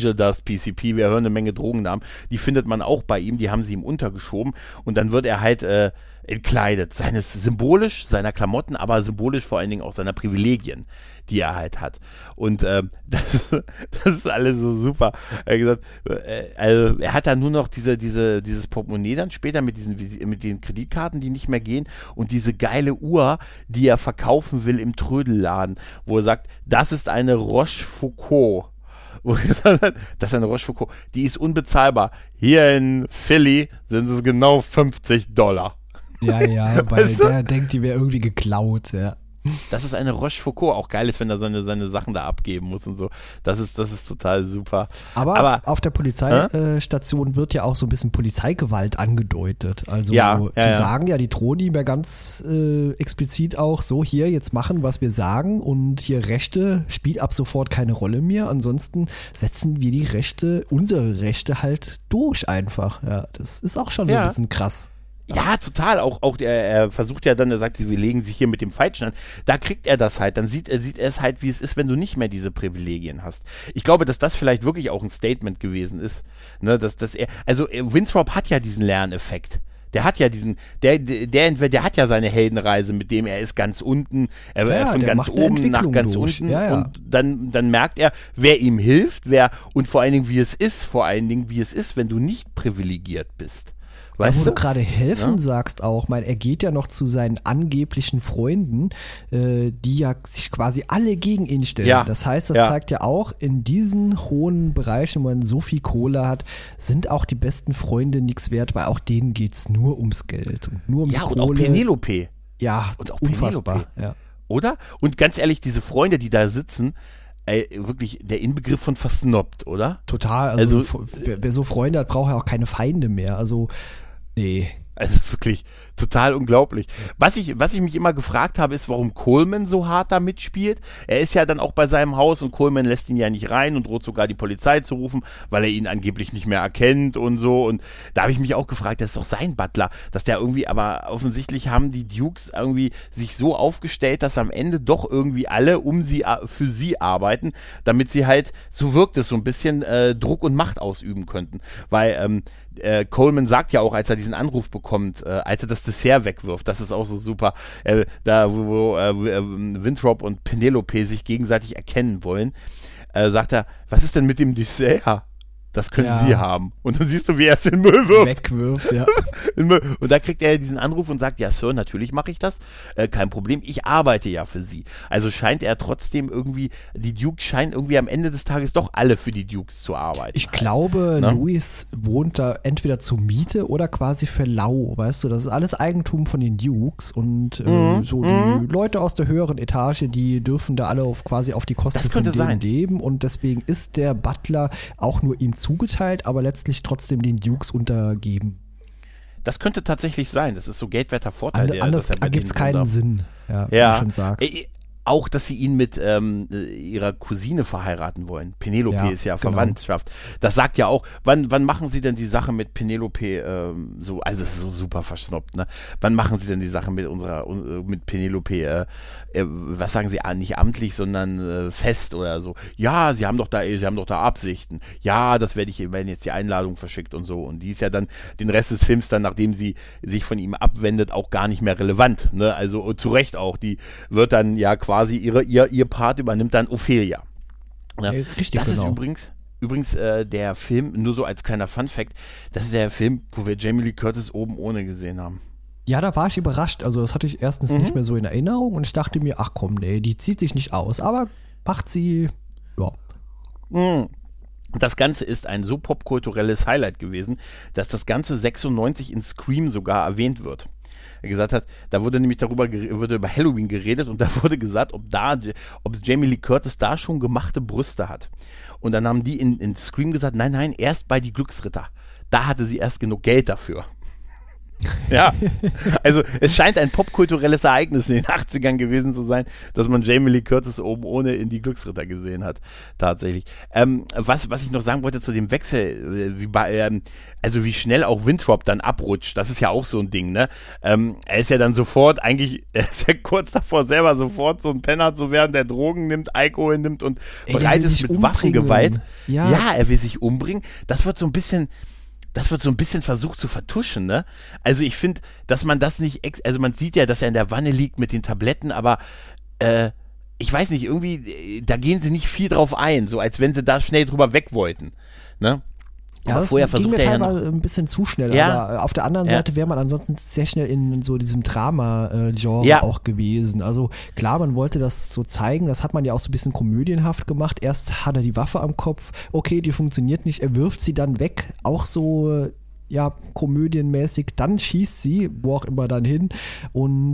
PCP, wir hören eine Menge Drogennamen, die findet man auch bei ihm, die haben sie ihm untergeschoben und dann wird er halt entkleidet, symbolisch seiner Klamotten, aber symbolisch vor allen Dingen auch seiner Privilegien, die er halt hat. Und das ist alles so super. Er hat gesagt, also er hat dann nur noch dieses Portemonnaie dann später mit den Kreditkarten, die nicht mehr gehen und diese geile Uhr, die er verkaufen will im Trödelladen, wo er sagt, das ist eine Rochefoucauld. Wo er gesagt hat, das ist eine Rochefoucauld, die ist unbezahlbar. Hier in Philly sind es genau $50. Ja, weil der denkt, die wäre irgendwie geklaut, ja. Das ist eine Rochefoucauld. Auch geil ist, wenn er seine Sachen da abgeben muss und so. Das ist total super. Aber auf der Polizeistation wird ja auch so ein bisschen Polizeigewalt angedeutet. Also sagen ja, die drohen ihm ja ganz explizit auch so, hier, jetzt machen, was wir sagen und hier Rechte spielt ab sofort keine Rolle mehr. Ansonsten setzen wir die Rechte, unsere Rechte halt durch einfach. Ja, das ist auch schon so ein bisschen krass. Ja, total. Auch er versucht ja dann, er sagt, wir legen sich hier mit dem Feitschen an. Da kriegt er das halt. Dann sieht er es halt, wie es ist, wenn du nicht mehr diese Privilegien hast. Ich glaube, dass das vielleicht wirklich auch ein Statement gewesen ist. Ne, dass er, also Winthrop hat ja diesen Lerneffekt. Der hat ja der hat ja seine Heldenreise, mit dem er ist ganz unten, von ganz oben nach ganz unten. Ja. Und dann merkt er, wer ihm hilft, und vor allen Dingen, wie es ist, wenn du nicht privilegiert bist. Weißt wo du gerade helfen sagst auch, er geht ja noch zu seinen angeblichen Freunden, die ja sich quasi alle gegen ihn stellen. Ja. Das heißt, das zeigt ja auch, in diesen hohen Bereichen, wo man so viel Kohle hat, sind auch die besten Freunde nichts wert, weil auch denen geht es nur ums Geld und nur um die Kohle. Und auch Penelope. Ja, und auch unfassbar. Ja. Oder? Und ganz ehrlich, diese Freunde, die da sitzen, wirklich der Inbegriff von versnobbt, oder? Total. Also wer so Freunde hat, braucht ja auch keine Feinde mehr. Also, nee. Also wirklich total unglaublich. Was ich mich immer gefragt habe, ist, warum Coleman so hart da mitspielt. Er ist ja dann auch bei seinem Haus und Coleman lässt ihn ja nicht rein und droht sogar die Polizei zu rufen, weil er ihn angeblich nicht mehr erkennt und so. Und da habe ich mich auch gefragt, das ist doch sein Butler, dass der irgendwie, aber offensichtlich haben die Dukes irgendwie sich so aufgestellt, dass am Ende doch irgendwie alle für sie arbeiten, damit sie halt, so wirkt es so ein bisschen, Druck und Macht ausüben könnten. Weil Coleman sagt ja auch, als er diesen Anruf bekommt, als er das Dessert wegwirft, das ist auch so super, da wo Winthrop und Penelope sich gegenseitig erkennen wollen, sagt er, was ist denn mit dem Dessert? Das können Sie haben. Und dann siehst du, wie er es in den Müll wirft. Wegwirft, ja. Und da kriegt er diesen Anruf und sagt, ja, Sir, natürlich mache ich das. Kein Problem, ich arbeite ja für Sie. Also scheint er trotzdem irgendwie, die Dukes scheinen irgendwie am Ende des Tages doch alle für die Dukes zu arbeiten. Ich glaube, Louis wohnt da entweder zur Miete oder quasi für lau, weißt du. Das ist alles Eigentum von den Dukes und die Leute aus der höheren Etage, die dürfen da alle quasi auf die Kosten von denen leben und deswegen ist der Butler auch nur ihm zugeteilt, aber letztlich trotzdem den Dukes untergeben. Das könnte tatsächlich sein. Das ist so Geldwerter-Vorteil. Anders ergibt es keinen Sinn, wie du schon sagst. Auch, dass sie ihn mit ihrer Cousine verheiraten wollen. Penelope ist ja Verwandtschaft. Das sagt ja auch, wann machen sie denn die Sache mit Penelope so, also es ist so super verschnoppt, ne? Wann machen sie denn die Sache mit Penelope, was sagen sie, nicht amtlich, sondern fest oder so? Ja, sie haben doch da Absichten. Ja, werden jetzt die Einladung verschickt und so. Und die ist ja dann den Rest des Films dann, nachdem sie sich von ihm abwendet, auch gar nicht mehr relevant, ne? Also zu Recht auch. Die wird dann ja quasi ihr Part übernimmt dann Ophelia. Ja, richtig, das ist übrigens der Film, nur so als kleiner Funfact, das ist der Film, wo wir Jamie Lee Curtis oben ohne gesehen haben. Ja, da war ich überrascht. Also das hatte ich erstens nicht mehr so in Erinnerung und ich dachte mir, ach komm, nee, die zieht sich nicht aus, aber macht sie, ja. Das Ganze ist ein so popkulturelles Highlight gewesen, dass das Ganze 96 in Scream sogar erwähnt wird. Er gesagt hat, da wurde nämlich über Halloween geredet und da wurde gesagt, ob Jamie Lee Curtis da schon gemachte Brüste hat. Und dann haben die in Scream gesagt, nein, erst bei Die Glücksritter. Da hatte sie erst genug Geld dafür. Ja, also es scheint ein popkulturelles Ereignis in den 80ern gewesen zu sein, dass man Jamie Lee Curtis oben ohne in Die Glücksritter gesehen hat, tatsächlich. Was ich noch sagen wollte zu dem Wechsel, wie schnell auch Winthrop dann abrutscht, das ist ja auch so ein Ding, ne? Er ist ja dann er ist ja kurz davor selber sofort so ein Penner zu werden, der Drogen nimmt, Alkohol nimmt und bereit ist mit Waffengewalt. Ja, er will sich umbringen. Das wird so ein bisschen versucht zu vertuschen, ne? Also ich finde, dass man das nicht, also man sieht ja, dass er in der Wanne liegt mit den Tabletten, aber ich weiß nicht, irgendwie, da gehen sie nicht viel drauf ein, so als wenn sie da schnell drüber weg wollten, ne? Ja, aber das ging mir teilweise ein bisschen zu schnell, aber auf der anderen Seite wäre man ansonsten sehr schnell in so diesem Drama-Genre auch gewesen. Also klar, man wollte das so zeigen, das hat man ja auch so ein bisschen komödienhaft gemacht. Erst hat er die Waffe am Kopf, okay, die funktioniert nicht, er wirft sie dann weg, auch so, komödienmäßig, dann schießt sie, wo auch immer dann hin und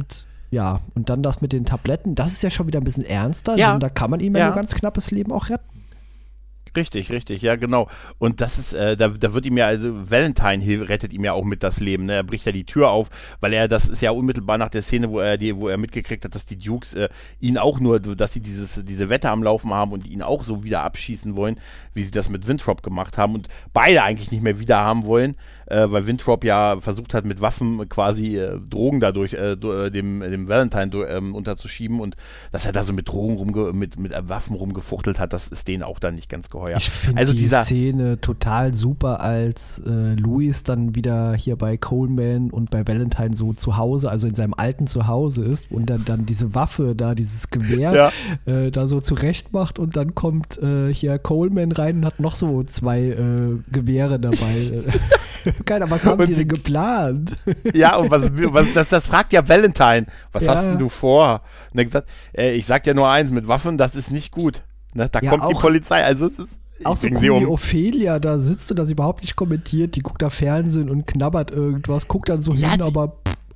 Ja, und dann das mit den Tabletten, das ist ja schon wieder ein bisschen ernster. Ja. Da kann man ihm ja nur ganz knappes Leben auch retten. Richtig, ja, genau. Und das ist, da wird ihm ja, also Valentine rettet ihm ja auch mit das Leben, ne? Er bricht ja die Tür auf, weil das ist ja unmittelbar nach der Szene, wo er mitgekriegt hat, dass die Dukes ihn auch nur, dass sie diese Wette am Laufen haben und ihn auch so wieder abschießen wollen, wie sie das mit Winthrop gemacht haben und beide eigentlich nicht mehr wieder haben wollen, weil Winthrop ja versucht hat, mit Waffen quasi Drogen dadurch dem Valentine unterzuschieben und dass er da so mit Drogen mit Waffen rumgefuchtelt hat, das ist denen auch dann nicht ganz geheuer. Ich finde also die Szene total super, als Louis dann wieder hier bei Coleman und bei Valentine so zu Hause, also in seinem alten Zuhause ist und dann diese Waffe da, dieses Gewehr da so zurecht macht und dann kommt hier Coleman rein und hat noch so 2 Gewehre dabei. Keiner, was haben die denn geplant? Ja, und das fragt ja Valentine. Was hast denn du vor? Und er gesagt, ich sag ja nur eins, mit Waffen, das ist nicht gut. Ne, da kommt die Polizei, also es ist auch so cool, wie Ophelia da sitzt und das überhaupt nicht kommentiert, die guckt da Fernsehen und knabbert irgendwas, guckt dann so hin, aber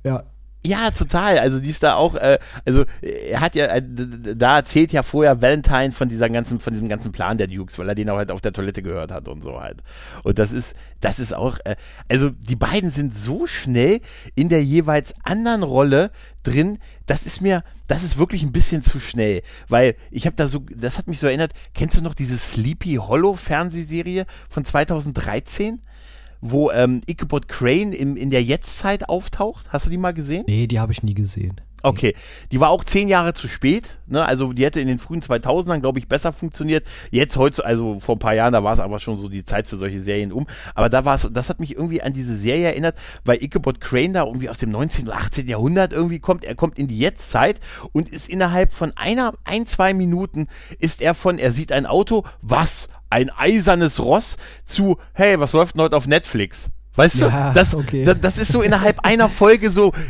Ja, total. Also die ist da auch, er hat ja, da erzählt ja vorher Valentine von diesem ganzen Plan der Dukes, weil er den auch halt auf der Toilette gehört hat und so halt. Und das ist auch, also die beiden sind so schnell in der jeweils anderen Rolle drin, das ist wirklich ein bisschen zu schnell, weil das hat mich so erinnert, kennst du noch diese Sleepy Hollow Fernsehserie von 2013? Wo Ichabod Crane in der Jetztzeit auftaucht. Hast du die mal gesehen? Nee, die habe ich nie gesehen. Okay, die war auch 10 Jahre zu spät, ne? Also die hätte in den frühen 2000ern, glaube ich, besser funktioniert. Jetzt heute, also vor ein paar Jahren, da war es aber schon so die Zeit für solche Serien aber das hat mich irgendwie an diese Serie erinnert, weil Ichabod Crane da irgendwie aus dem 19. oder 18. Jahrhundert irgendwie kommt. Er kommt in die Jetztzeit und ist innerhalb von 2 Minuten er sieht ein Auto, ein eisernes Ross zu, hey, was läuft denn heute auf Netflix? Weißt du, das ist so innerhalb einer Folge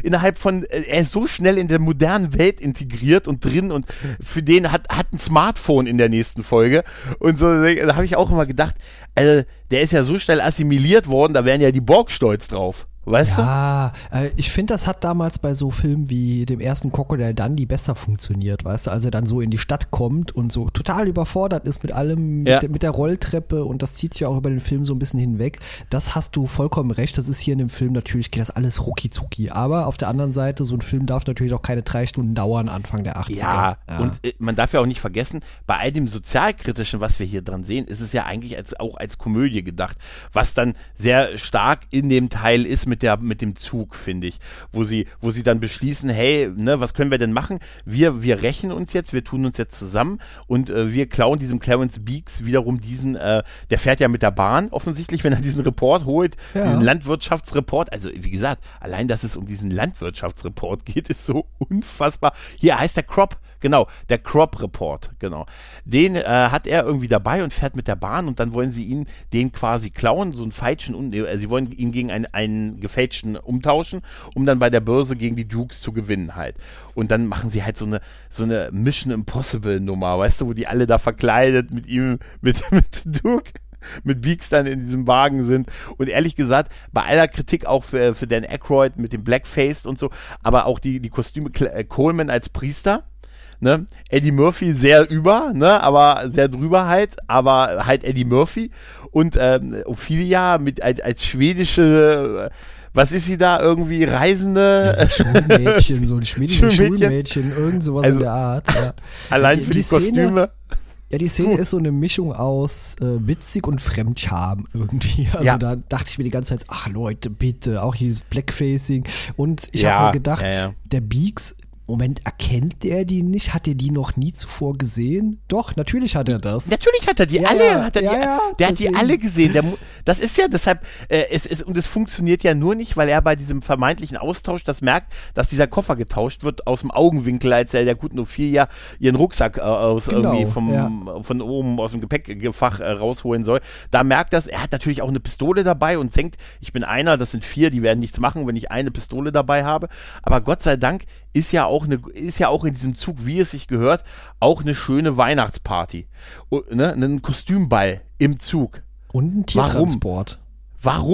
er ist so schnell in der modernen Welt integriert und drin und für den hat ein Smartphone in der nächsten Folge und so, da habe ich auch immer gedacht, der ist ja so schnell assimiliert worden, da wären ja die Borg stolz drauf. Weißt du? Ja, ich finde, das hat damals bei so Filmen wie dem ersten Crocodile Dundee besser funktioniert, weißt du, als er dann so in die Stadt kommt und so total überfordert ist mit allem, mit der Rolltreppe und das zieht sich auch über den Film so ein bisschen hinweg. Das hast du vollkommen recht, das ist hier in dem Film natürlich, geht das alles rucki-zucki, aber auf der anderen Seite, so ein Film darf natürlich auch keine 3 Stunden dauern, Anfang der 80er. Ja. Und man darf ja auch nicht vergessen, bei all dem Sozialkritischen, was wir hier dran sehen, ist es ja eigentlich auch als Komödie gedacht, was dann sehr stark in dem Teil ist mit dem Zug, finde ich, wo sie dann beschließen, hey, ne, was können wir denn machen? Wir rächen uns jetzt, wir tun uns jetzt zusammen und wir klauen diesem Clarence Beeks wiederum der fährt ja mit der Bahn offensichtlich, wenn er diesen Report holt, diesen Landwirtschaftsreport, also wie gesagt, allein, dass es um diesen Landwirtschaftsreport geht, ist so unfassbar. Hier heißt der Crop, genau, der Crop Report, genau. Den hat er irgendwie dabei und fährt mit der Bahn und dann wollen sie den quasi klauen, so einen falschen, sie wollen ihn gegen einen gefälschten umtauschen, um dann bei der Börse gegen die Dukes zu gewinnen halt. Und dann machen sie halt so eine Mission Impossible Nummer, weißt du, wo die alle da verkleidet mit ihm, mit Duke, mit Beeks dann in diesem Wagen sind. Und ehrlich gesagt, bei aller Kritik auch für Dan Aykroyd mit dem Blackface und so, aber auch die Kostüme, Coleman als Priester, ne? Eddie Murphy sehr ne? Aber sehr drüber halt, aber halt Eddie Murphy und Ophelia als schwedische, was ist sie da, irgendwie Reisende? Ja, so Schulmädchen, so ein schwedisches Schulmädchen, irgend sowas in der Art. Ja. Allein für die Kostüme. Ja, die Szene ist so eine Mischung aus witzig und Fremdscham irgendwie. Also da dachte ich mir die ganze Zeit, ach Leute, bitte, auch hier dieses Blackfacing. Und ich habe mir gedacht, der Beeks, Moment, erkennt der die nicht? Hat er die noch nie zuvor gesehen? Doch, natürlich hat er das. Natürlich hat er die alle. Der hat die alle gesehen. Das ist ja deshalb, und es funktioniert ja nur nicht, weil er bei diesem vermeintlichen Austausch das merkt, dass dieser Koffer getauscht wird aus dem Augenwinkel, als er der guten Ophelia ihren Rucksack irgendwie von oben aus dem Gepäckfach rausholen soll. Da merkt das, er hat natürlich auch eine Pistole dabei und denkt, ich bin einer, das sind 4, die werden nichts machen, wenn ich eine Pistole dabei habe. Aber Gott sei Dank ist ja auch in diesem Zug, wie es sich gehört, auch eine schöne Weihnachtsparty. Und, ne, ein Kostümball im Zug. Und ein Tiertransport. Warum?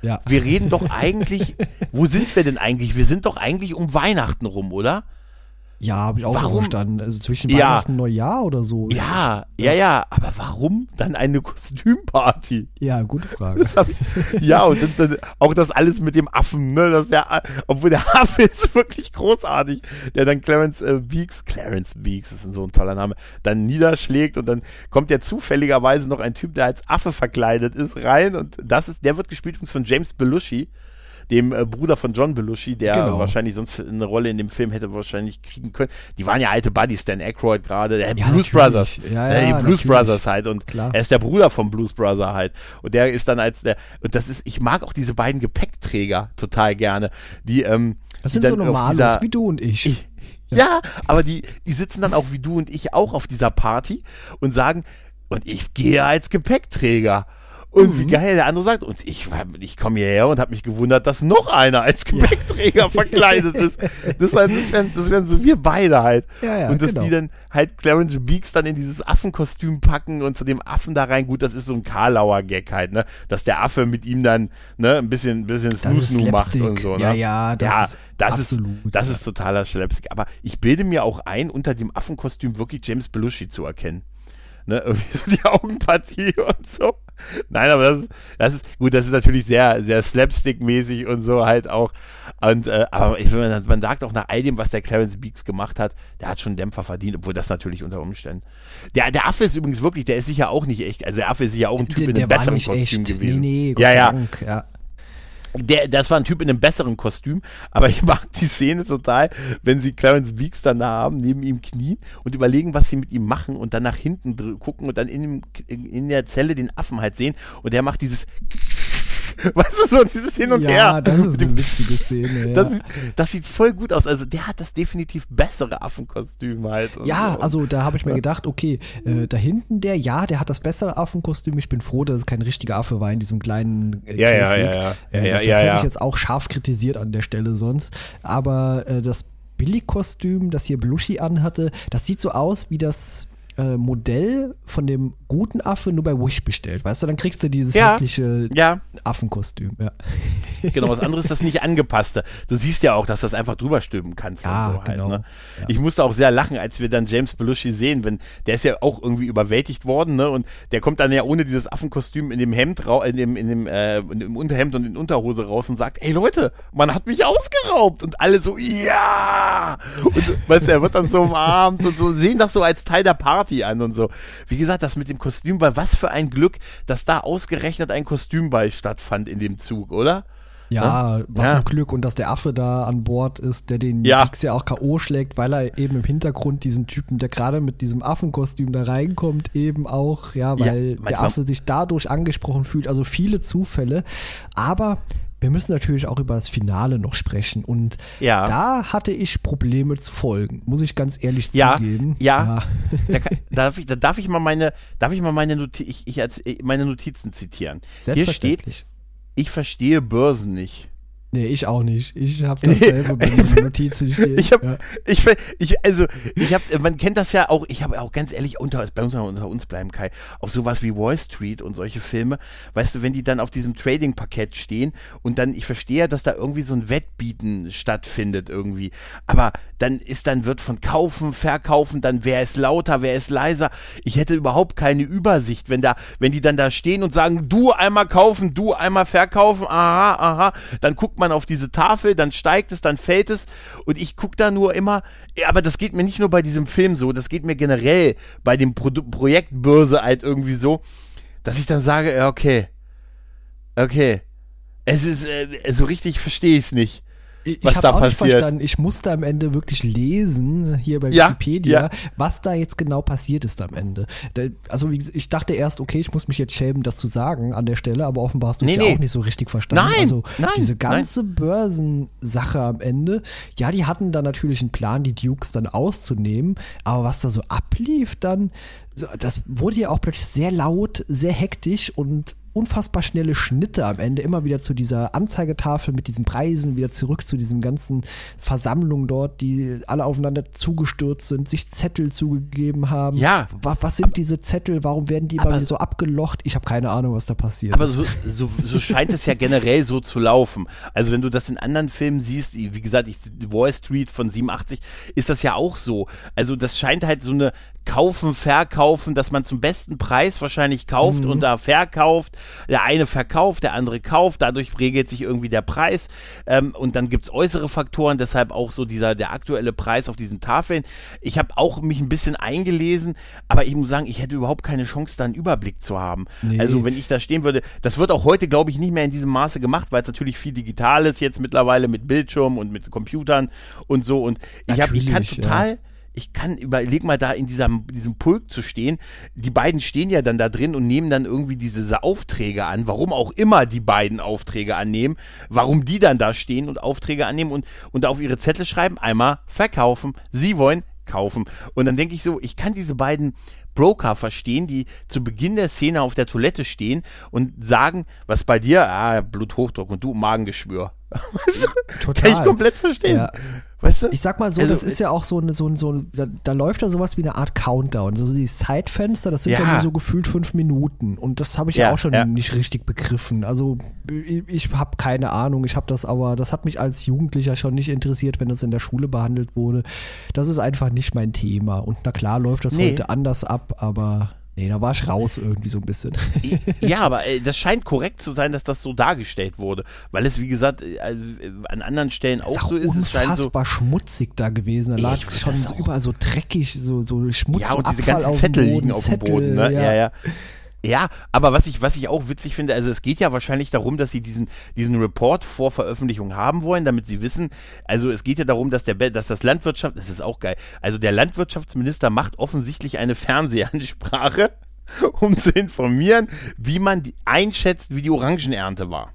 Ja. Wir reden doch eigentlich, wo sind wir denn eigentlich? Wir sind doch eigentlich um Weihnachten rum, oder? Ja, habe ich auch so Warum? verstanden. Also zwischen Ja. Weihnachten und Neujahr oder so. Ja, aber warum dann eine Kostümparty? Ja, gute Frage. Ja, und dann auch das alles mit dem Affen, ne? Obwohl der Affe ist wirklich großartig, der dann Clarence Beeks, das ist so ein toller Name, dann niederschlägt und dann kommt ja zufälligerweise noch ein Typ, der als Affe verkleidet ist, rein und der wird gespielt von James Belushi, dem Bruder von John Belushi, der wahrscheinlich sonst eine Rolle in dem Film hätte wahrscheinlich kriegen können. Die waren ja alte Buddies, Stan Aykroyd gerade, der Blues Brothers. Ja, die Blues Brothers halt und klar. er ist der Bruder vom Blues Brother halt. Und der ist dann ich mag auch diese beiden Gepäckträger total gerne. Das sind so normale, wie du und ich. Ja, aber die sitzen dann auch wie du und ich auch auf dieser Party und sagen, und ich gehe als Gepäckträger. Und wie geil, der andere sagt, und ich komme hierher und habe mich gewundert, dass noch einer als Gepäckträger verkleidet ist. Das wären so wir beide halt. Ja, und dass die dann halt Clarence Beeks dann in dieses Affenkostüm packen und zu dem Affen da rein, gut, das ist so ein Karlauer Gag halt, ne, dass der Affe mit ihm dann, ne, ein bisschen Snoo-Snoo macht und so, ne. Das ist totaler Slapstick. Aber ich bilde mir auch ein, unter dem Affenkostüm wirklich James Belushi zu erkennen. Ne, irgendwie so die Augenpartie und so. Nein, aber das ist gut, das ist natürlich sehr, sehr Slapstick-mäßig und so halt auch. Und, aber man sagt auch nach all dem, was der Clarence Beeks gemacht hat, der hat schon einen Dämpfer verdient, obwohl das natürlich unter Umständen. Der Affe ist übrigens wirklich, der ist sicher auch nicht echt, also der Affe ist sicher auch ein Typ in einem besseren Kostüm gewesen. Nee, Gott sei Dank, ja. Das war ein Typ in einem besseren Kostüm, aber ich mag die Szene total, wenn sie Clarence Beeks dann da haben, neben ihm knien und überlegen, was sie mit ihm machen und dann nach hinten gucken und dann in der Zelle den Affen halt sehen und der macht dieses weißt du, so dieses Hin und Her. Ja, das ist eine witzige Szene. Ja. Das sieht voll gut aus. Also der hat das definitiv bessere Affenkostüm halt. Ja, also da habe ich mir gedacht, okay, da hinten der hat das bessere Affenkostüm. Ich bin froh, dass es kein richtiger Affe war in diesem kleinen Ja. Das hätte ich jetzt auch scharf kritisiert an der Stelle sonst. Aber das Billigkostüm, das hier Belushi anhatte, das sieht so aus wie das Modell von dem guten Affe nur bei Wish bestellt, weißt du, dann kriegst du dieses hässliche Affenkostüm. Ja. Genau, was anderes ist das nicht angepasste. Du siehst ja auch, dass du das einfach drüber stülpen kannst und so halt. Genau. Ne? Ja. Ich musste auch sehr lachen, als wir dann James Belushi sehen, der ist ja auch irgendwie überwältigt worden, ne? Und der kommt dann ja ohne dieses Affenkostüm in dem Hemd, im Unterhemd und in Unterhose raus und sagt, ey Leute, man hat mich ausgeraubt und alle so, ja! Und weißt du, er wird dann so umarmt und so, sehen das so als Teil der Party an und so. Wie gesagt, das mit dem Kostümball, was für ein Glück, dass da ausgerechnet ein Kostümball stattfand in dem Zug, oder? Ja, was ein Glück und dass der Affe da an Bord ist, der den Beeks ja auch K.O. schlägt, weil er eben im Hintergrund diesen Typen, der gerade mit diesem Affenkostüm da reinkommt, eben auch, weil der Affe sich dadurch angesprochen fühlt. Also viele Zufälle, aber wir müssen natürlich auch über das Finale noch sprechen und da hatte ich Probleme zu folgen, muss ich ganz ehrlich zugeben. Ja. Da darf ich mal meine Notizen zitieren. Hier steht, ich verstehe Börsen nicht. Nee, ich auch nicht. Ich habe dasselbe bei den Notizen stehen. Man kennt das ja auch, ich habe auch ganz ehrlich, unter uns bleiben, Kai, auch sowas wie Wall Street und solche Filme, weißt du, wenn die dann auf diesem Trading-Parkett stehen und dann, ich verstehe ja, dass da irgendwie so ein Wettbieten stattfindet irgendwie, aber dann wird von Kaufen, Verkaufen, dann wer ist lauter, wer ist leiser, ich hätte überhaupt keine Übersicht, wenn die dann da stehen und sagen, du einmal kaufen, du einmal verkaufen, aha, dann guckt man auf diese Tafel, dann steigt es, dann fällt es und ich gucke da nur immer, aber das geht mir nicht nur bei diesem Film so, das geht mir generell bei dem Projekt Börse halt irgendwie so, dass ich dann sage, okay, es ist, so richtig verstehe ich es nicht. Was da passiert. Nicht verstanden. Ich musste am Ende wirklich lesen, hier bei Wikipedia, was da jetzt genau passiert ist am Ende. Also ich dachte erst, okay, ich muss mich jetzt schämen, das zu sagen an der Stelle, aber offenbar hast du es auch nicht so richtig verstanden. Nein, diese ganze Börsensache am Ende, die hatten da natürlich einen Plan, die Dukes dann auszunehmen, aber was da so ablief dann, das wurde ja auch plötzlich sehr laut, sehr hektisch und unfassbar schnelle Schnitte am Ende, immer wieder zu dieser Anzeigetafel mit diesen Preisen, wieder zurück zu diesem ganzen Versammlung dort, die alle aufeinander zugestürzt sind, sich Zettel zugegeben haben. Ja. Was sind diese Zettel? Warum werden die immer wieder so abgelocht? Ich habe keine Ahnung, was da passiert. Aber so scheint es ja generell so zu laufen. Also wenn du das in anderen Filmen siehst, wie gesagt, Wall Street von 87, ist das ja auch so. Also das scheint halt so eine Kaufen, Verkaufen, dass man zum besten Preis wahrscheinlich kauft und da verkauft. Der eine verkauft, der andere kauft, dadurch regelt sich irgendwie der Preis und dann gibt es äußere Faktoren, deshalb auch so der aktuelle Preis auf diesen Tafeln. Ich habe auch mich ein bisschen eingelesen, aber ich muss sagen, ich hätte überhaupt keine Chance, da einen Überblick zu haben. Nee. Also wenn ich da stehen würde, das wird auch heute, glaube ich, nicht mehr in diesem Maße gemacht, weil es natürlich viel digital ist jetzt mittlerweile mit Bildschirm und mit Computern und so und überleg mal da in diesem Pulk zu stehen, die beiden stehen ja dann da drin und nehmen dann irgendwie diese Aufträge an, warum auch immer die beiden Aufträge annehmen, warum die dann da stehen und Aufträge annehmen und auf ihre Zettel schreiben, einmal verkaufen, sie wollen kaufen. Und dann denke ich so, ich kann diese beiden Broker verstehen, die zu Beginn der Szene auf der Toilette stehen und sagen, was bei dir, Bluthochdruck und du Magengeschwür. Weißt du? Total. Kann ich komplett verstehen. Ja. Weißt du? Ich sag mal so, das ist ja auch da läuft ja sowas wie eine Art Countdown. Also dieses Zeitfenster, das sind ja nur so gefühlt 5 Minuten. Und das habe ich ja auch schon nicht richtig begriffen. Also ich habe keine Ahnung. Das hat mich als Jugendlicher schon nicht interessiert, wenn das in der Schule behandelt wurde. Das ist einfach nicht mein Thema. Und na klar läuft das heute anders ab, aber nee, da war ich raus irgendwie so ein bisschen. Ja, aber das scheint korrekt zu sein, dass das so dargestellt wurde. Weil es, wie gesagt, an anderen Stellen auch so ist. Es scheint unfassbar schmutzig da gewesen. Da lag schon so überall so dreckig, so Schmutz und und diese Abfall ganzen Zettel liegen auf dem Zettel, Boden. Ne? Ja. Ja, aber was ich auch witzig finde, also es geht ja wahrscheinlich darum, dass sie diesen Report vor Veröffentlichung haben wollen, damit sie wissen, also es geht ja darum, dass das Landwirtschaft, das ist auch geil, also der Landwirtschaftsminister macht offensichtlich eine Fernsehansprache, um zu informieren, wie man einschätzt, wie die Orangenernte war.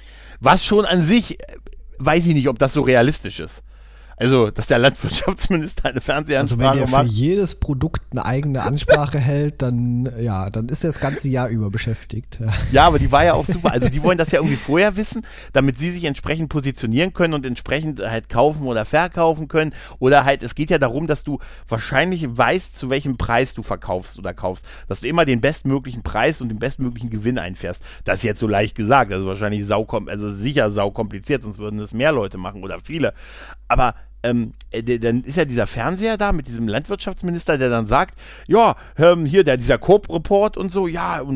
Was schon an sich, weiß ich nicht, ob das so realistisch ist. Also, dass der Landwirtschaftsminister eine Fernsehansprache macht. Also wenn er für jedes Produkt eine eigene Ansprache hält, dann ist er das ganze Jahr über beschäftigt. Ja, aber die war ja auch super. Also die wollen das ja irgendwie vorher wissen, damit sie sich entsprechend positionieren können und entsprechend halt kaufen oder verkaufen können. Oder halt, es geht ja darum, dass du wahrscheinlich weißt, zu welchem Preis du verkaufst oder kaufst. Dass du immer den bestmöglichen Preis und den bestmöglichen Gewinn einfährst. Das ist jetzt so leicht gesagt. Das ist wahrscheinlich sicher saukompliziert, sonst würden es mehr Leute machen oder viele. Aber dann ist ja dieser Fernseher da mit diesem Landwirtschaftsminister, der dann sagt, ja, dieser Coop-Report und so,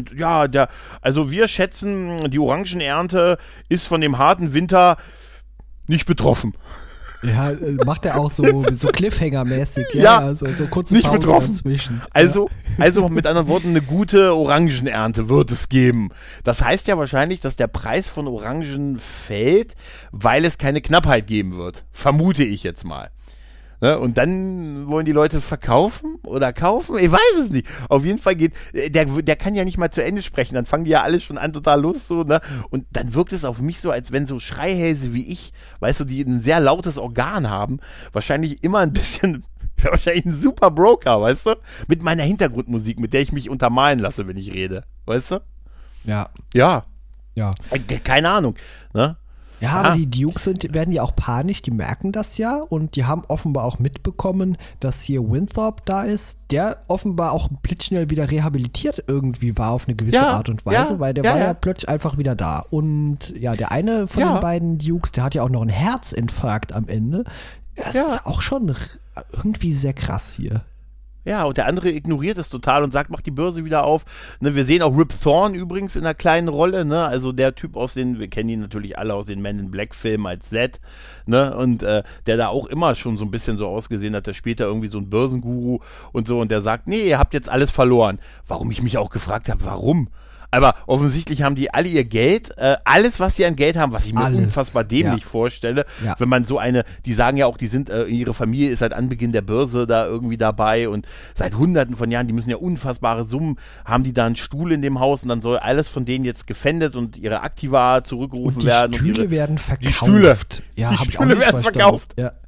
also wir schätzen, die Orangenernte ist von dem harten Winter nicht betroffen. Ja, macht er auch so Cliffhanger-mäßig, so kurze nicht Pause betroffen. dazwischen. Also mit anderen Worten, eine gute Orangenernte wird es geben. Das heißt ja wahrscheinlich, dass der Preis von Orangen fällt, weil es keine Knappheit geben wird. Vermute ich jetzt mal. Ne? Und dann wollen die Leute verkaufen oder kaufen? Ich weiß es nicht. Auf jeden Fall der kann ja nicht mal zu Ende sprechen. Dann fangen die ja alle schon an, total los so, ne? Und dann wirkt es auf mich so, als wenn so Schreihälse wie ich, weißt du, die ein sehr lautes Organ haben, wahrscheinlich immer ein bisschen, wahrscheinlich ein super Broker, weißt du? Mit meiner Hintergrundmusik, mit der ich mich untermalen lasse, wenn ich rede. Weißt du? Ja. Ja. Ja. Keine Ahnung, ne? Ja, aber die Dukes werden ja auch panisch, die merken das ja und die haben offenbar auch mitbekommen, dass hier Winthrop da ist, der offenbar auch blitzschnell wieder rehabilitiert irgendwie war auf eine gewisse Art und Weise, weil der war ja plötzlich einfach wieder da. Und ja, der eine von den beiden Dukes, der hat ja auch noch einen Herzinfarkt am Ende. Das ist auch schon irgendwie sehr krass hier. Ja, und der andere ignoriert es total und sagt, mach die Börse wieder auf. Ne, wir sehen auch Rip Thorne übrigens in einer kleinen Rolle, ne? Also der Typ wir kennen ihn natürlich alle aus den Men in Black Filmen als Zed, ne? Und der da auch immer schon so ein bisschen so ausgesehen hat, der später irgendwie so ein Börsenguru und so und der sagt, nee, ihr habt jetzt alles verloren. Warum ich mich auch gefragt habe, warum? Aber offensichtlich haben die alle ihr Geld, alles, was sie an Geld haben, was ich mir unfassbar dämlich vorstelle, wenn man so die sagen ja auch, die sind, ihre Familie ist seit Anbeginn der Börse da irgendwie dabei und seit Hunderten von Jahren, die müssen ja unfassbare Summen, haben die da einen Stuhl in dem Haus und dann soll alles von denen jetzt gefändet und ihre Aktiva zurückgerufen werden. Und die Stühle werden verkauft. Die Stühle, ja, die Stühle werden verkauft. Ja.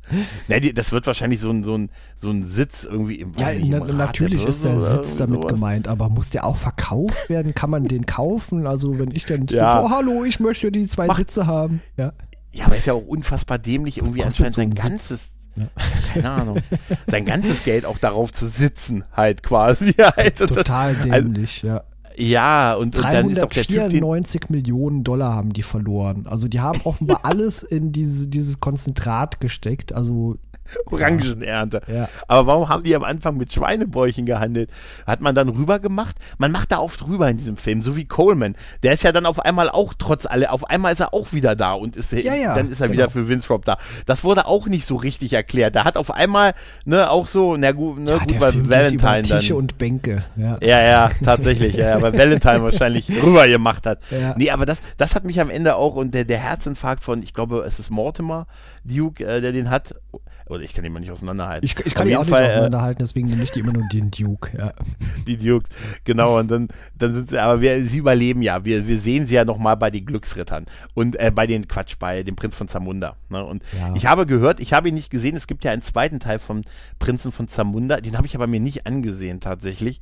Das wird wahrscheinlich so ein Sitz irgendwie im natürlich ist der Sitz damit gemeint, aber muss der auch verkauft werden? Kann man den kaufen? Also wenn ich dann hallo, ich möchte die 2 Sitze haben. Ja, aber ist ja auch unfassbar dämlich, irgendwie anscheinend sein ganzes, keine Ahnung, sein ganzes Geld auch darauf zu sitzen, halt quasi. Halt. Total dämlich, ja. Ja, und dann ist auch der Typ, 394 Millionen Dollar haben die verloren. Also die haben offenbar alles in dieses Konzentrat gesteckt. Also Orangenernte. Ja. Aber warum haben die am Anfang mit Schweinebäuchen gehandelt? Hat man dann rüber gemacht? Man macht da oft rüber in diesem Film, so wie Coleman. Der ist ja dann auf einmal auch auf einmal ist er auch wieder da und dann ist er wieder für Winthrop da. Das wurde auch nicht so richtig erklärt. Da hat auf einmal, auch so, gut bei Film Valentine über Tische und Bänke. Ja, tatsächlich. Ja, weil Valentine wahrscheinlich rüber gemacht hat. Ja. Nee, aber das hat mich am Ende auch, und der Herzinfarkt von, ich glaube, es ist Mortimer Duke, der den hat. Oder ich kann ihn mal nicht auseinanderhalten. Ich kann ihn auch nicht auseinanderhalten, deswegen nehme ich die immer nur den Duke. Ja. Die Duke, genau. Und dann sind sie, aber sie überleben ja. Wir sehen sie ja nochmal bei den Glücksrittern und bei dem Prinz von Zamunda. Ne? Und ich habe gehört, ich habe ihn nicht gesehen, es gibt ja einen zweiten Teil vom Prinzen von Zamunda, den habe ich aber mir nicht angesehen tatsächlich.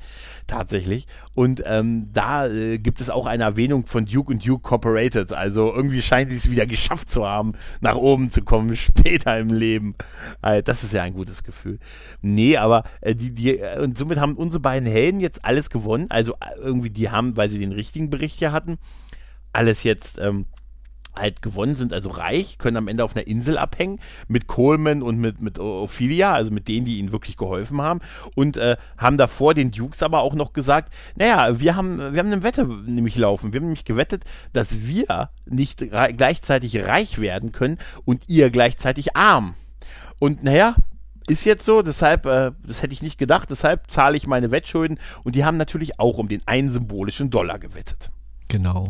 Und da gibt es auch eine Erwähnung von Duke und Duke Corporated. Also irgendwie scheint sie es wieder geschafft zu haben, nach oben zu kommen, später im Leben. Das ist ja ein gutes Gefühl. Nee, aber und somit haben unsere beiden Helden jetzt alles gewonnen. Also irgendwie die haben, weil sie den richtigen Bericht ja hatten, alles jetzt halt gewonnen, sind also reich, können am Ende auf einer Insel abhängen mit Coleman und mit Ophelia, also mit denen, die ihnen wirklich geholfen haben, und haben davor den Dukes aber auch noch gesagt, naja, wir haben eine Wette nämlich laufen. Wir haben nämlich gewettet, dass wir nicht gleichzeitig reich werden können und ihr gleichzeitig arm. Und ist jetzt so, deshalb, das hätte ich nicht gedacht, deshalb zahle ich meine Wettschulden, und die haben natürlich auch um den einen symbolischen Dollar gewettet. Genau.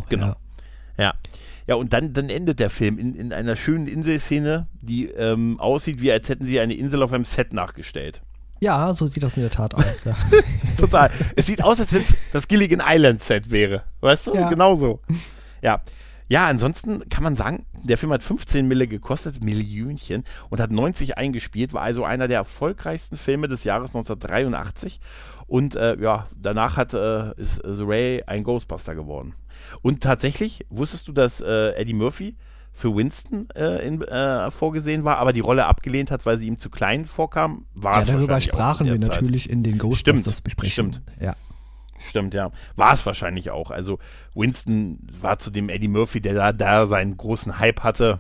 Ja, und dann endet der Film in einer schönen Inselszene, die aussieht, wie als hätten sie eine Insel auf einem Set nachgestellt. Ja, so sieht das in der Tat aus. Ja. Total. Es sieht aus, als wenn es das Gilligan Island Set wäre. Weißt du? Ja. Genau so. Ja. Ja, ansonsten kann man sagen, der Film hat 15 Mille gekostet, Millionchen, und hat 90 eingespielt, war also einer der erfolgreichsten Filme des Jahres 1983, und danach ist The Ray ein Ghostbuster geworden. Und tatsächlich, wusstest du, dass Eddie Murphy für Winston vorgesehen war, aber die Rolle abgelehnt hat, weil sie ihm zu klein vorkam? Darüber sprachen wir natürlich in den Ghostbusters-Besprechungen. Stimmt. Ja. Stimmt, ja. War es wahrscheinlich auch. Also Winston war zu dem Eddie Murphy, der da seinen großen Hype hatte,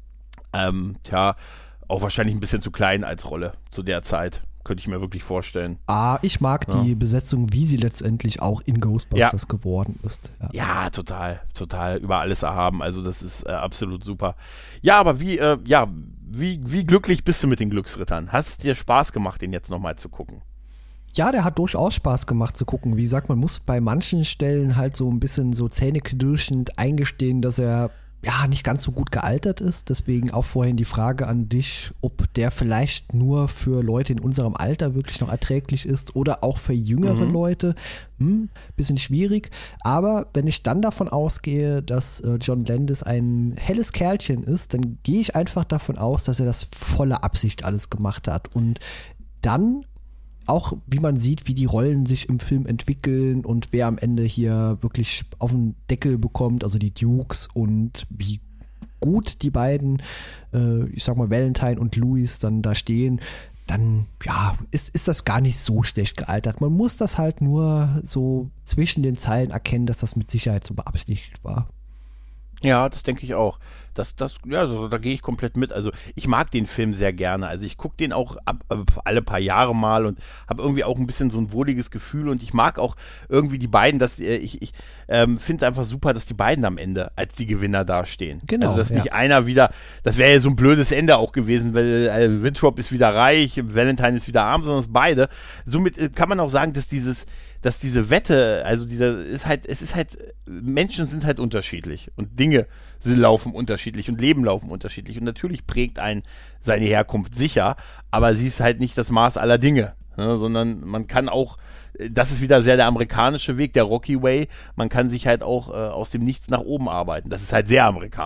auch wahrscheinlich ein bisschen zu klein als Rolle zu der Zeit. Könnte ich mir wirklich vorstellen. Ich mag die Besetzung, wie sie letztendlich auch in Ghostbusters geworden ist. Ja, total über alles erhaben. Also das ist absolut super. Ja, aber wie glücklich bist du mit den Glücksrittern? Hat es dir Spaß gemacht, den jetzt nochmal zu gucken? Ja, der hat durchaus Spaß gemacht zu gucken. Wie gesagt, man muss bei manchen Stellen halt so ein bisschen so zähneknirschend eingestehen, dass er nicht ganz so gut gealtert ist. Deswegen auch vorhin die Frage an dich, ob der vielleicht nur für Leute in unserem Alter wirklich noch erträglich ist oder auch für jüngere Leute. Bisschen schwierig. Aber wenn ich dann davon ausgehe, dass John Landis ein helles Kerlchen ist, dann gehe ich einfach davon aus, dass er das voller Absicht alles gemacht hat. Und dann auch, wie man sieht, wie die Rollen sich im Film entwickeln und wer am Ende hier wirklich auf den Deckel bekommt, also die Dukes, und wie gut die beiden, ich sag mal Valentine und Louis dann da stehen, dann ist das gar nicht so schlecht gealtert. Man muss das halt nur so zwischen den Zeilen erkennen, dass das mit Sicherheit so beabsichtigt war. Ja, das denke ich auch. Da gehe ich komplett mit. Also ich mag den Film sehr gerne. Also ich gucke den auch alle paar Jahre mal und habe irgendwie auch ein bisschen so ein wohliges Gefühl, und ich mag auch irgendwie die beiden, ich finde einfach super, dass die beiden am Ende als die Gewinner dastehen. Genau. Also dass nicht einer wieder, das wäre ja so ein blödes Ende auch gewesen, weil Winthrop ist wieder reich, Valentine ist wieder arm, sondern es beide. Somit kann man auch sagen, dass diese Wette, also Menschen sind halt unterschiedlich und Dinge laufen unterschiedlich und Leben laufen unterschiedlich, und natürlich prägt einen seine Herkunft sicher, aber sie ist halt nicht das Maß aller Dinge, ne, sondern man kann auch, das ist wieder sehr der amerikanische Weg, der Rocky Way, man kann sich halt auch aus dem Nichts nach oben arbeiten, das ist halt sehr amerikanisch.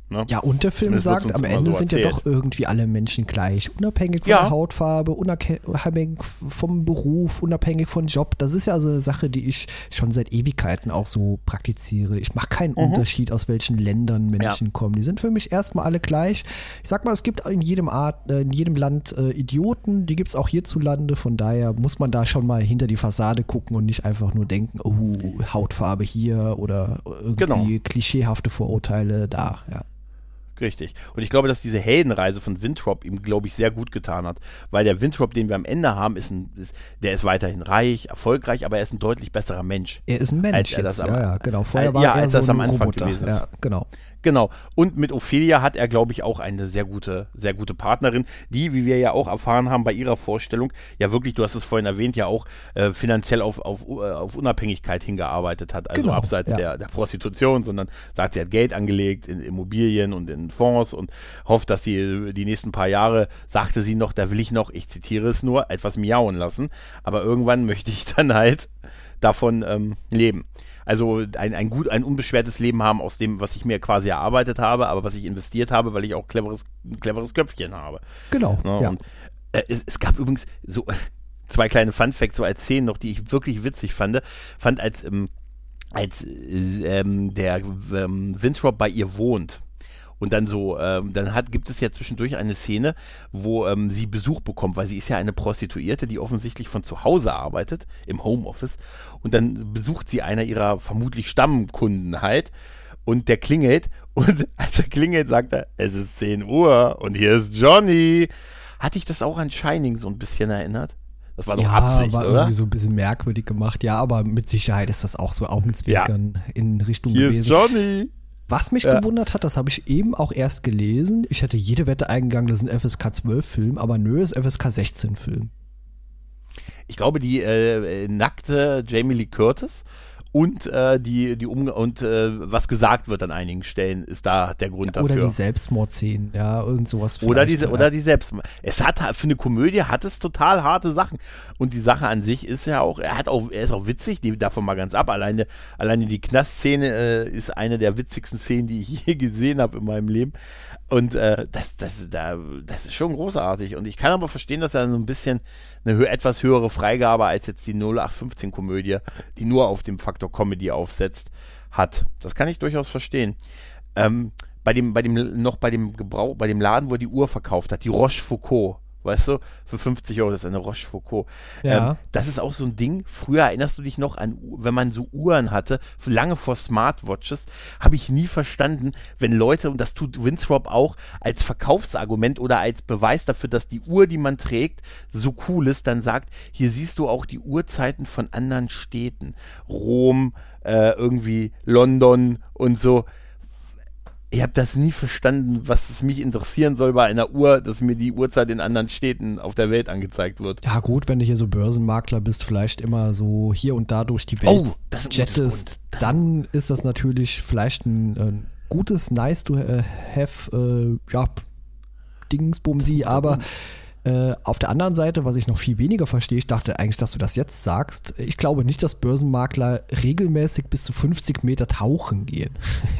Ne? Ja, und der Film sagt, am Ende sind ja doch irgendwie alle Menschen gleich. Unabhängig von der Hautfarbe, unabhängig vom Beruf, unabhängig von Job. Das ist ja so eine Sache, die ich schon seit Ewigkeiten auch so praktiziere. Ich mache keinen Unterschied, aus welchen Ländern Menschen kommen. Die sind für mich erstmal alle gleich. Ich sag mal, es gibt in jedem Land Idioten, die gibt es auch hierzulande. Von daher muss man da schon mal hinter die Fassade gucken und nicht einfach nur denken, oh, Hautfarbe hier oder irgendwie klischeehafte Vorurteile da, ja. Richtig. Und ich glaube, dass diese Heldenreise von Winthrop ihm, glaube ich, sehr gut getan hat. Weil der Winthrop, den wir am Ende haben, der ist weiterhin reich, erfolgreich, aber er ist ein deutlich besserer Mensch. Er ist ein Mensch jetzt, genau. Vorher war als er das so am ein Anfang Roboter. gewesen ist. Ja, genau. Genau. Und mit Ophelia hat er, glaube ich, auch eine sehr gute Partnerin, die, wie wir ja auch erfahren haben bei ihrer Vorstellung, ja wirklich, du hast es vorhin erwähnt, ja auch finanziell auf Unabhängigkeit hingearbeitet hat. Also abseits der Prostitution, sondern sagt, sie hat Geld angelegt in Immobilien und in Fonds und hofft, dass sie die nächsten paar Jahre, sagte sie noch, da will ich noch, ich zitiere es nur, etwas miauen lassen. Aber irgendwann möchte ich dann halt davon leben. Also ein unbeschwertes Leben haben aus dem, was ich mir quasi erarbeitet habe, aber was ich investiert habe, weil ich auch ein cleveres Köpfchen habe. Genau, ja. Und, es gab übrigens so zwei kleine Funfacts, so als Szenen noch, die ich wirklich witzig fand, als der Winthrop bei ihr wohnt. Und dann gibt es ja zwischendurch eine Szene, wo sie Besuch bekommt, weil sie ist ja eine Prostituierte, die offensichtlich von zu Hause arbeitet, im Homeoffice. Und dann besucht sie einer ihrer vermutlich Stammkunden halt. Und der klingelt. Und als er klingelt, sagt er, es ist 10 Uhr und hier ist Johnny. Hat dich das auch an Shining so ein bisschen erinnert? Das war doch Absicht, war oder? Irgendwie so ein bisschen merkwürdig gemacht. Ja, aber mit Sicherheit ist das auch so Augenzwinkern in Richtung hier gewesen. Ist Johnny. Was mich gewundert hat, das habe ich eben auch erst gelesen. Ich hätte jede Wette eingegangen, das ist ein FSK 12-Film, aber nö, ist FSK 16-Film. Ich glaube, die nackte Jamie Lee Curtis und was gesagt wird an einigen Stellen, ist da der Grund dafür. Oder die Selbstmordszenen, ja, irgend sowas. Oder die Selbstmord. Für eine Komödie hat es total harte Sachen. Und die Sache an sich ist ja auch, er ist auch witzig, davon mal ganz ab. Alleine die Knastszene ist eine der witzigsten Szenen, die ich je gesehen habe in meinem Leben. Und das ist schon großartig. Und ich kann aber verstehen, dass er so ein bisschen eine etwas höhere Freigabe als jetzt die 0815-Komödie, die nur auf dem Faktor Comedy aufsetzt, hat. Das kann ich durchaus verstehen. Bei dem Laden, wo er die Uhr verkauft hat, die Rochefoucauld, weißt du, für 50 €, das ist eine Rochefoucauld. Ja. Das ist auch so ein Ding, früher erinnerst du dich noch an, wenn man so Uhren hatte, lange vor Smartwatches, habe ich nie verstanden, wenn Leute, und das tut Winthrop auch, als Verkaufsargument oder als Beweis dafür, dass die Uhr, die man trägt, so cool ist, dann sagt, hier siehst du auch die Uhrzeiten von anderen Städten, Rom, irgendwie London und so. Ich habe das nie verstanden, was es mich interessieren soll bei einer Uhr, dass mir die Uhrzeit in anderen Städten auf der Welt angezeigt wird. Ja gut, wenn du hier so Börsenmakler bist, vielleicht immer so hier und da durch die Welt jettest, dann ist das natürlich vielleicht ein gutes Nice-to-have Dingsbumsi, aber auf der anderen Seite, was ich noch viel weniger verstehe, ich dachte eigentlich, dass du das jetzt sagst, ich glaube nicht, dass Börsenmakler regelmäßig bis zu 50 Meter tauchen gehen.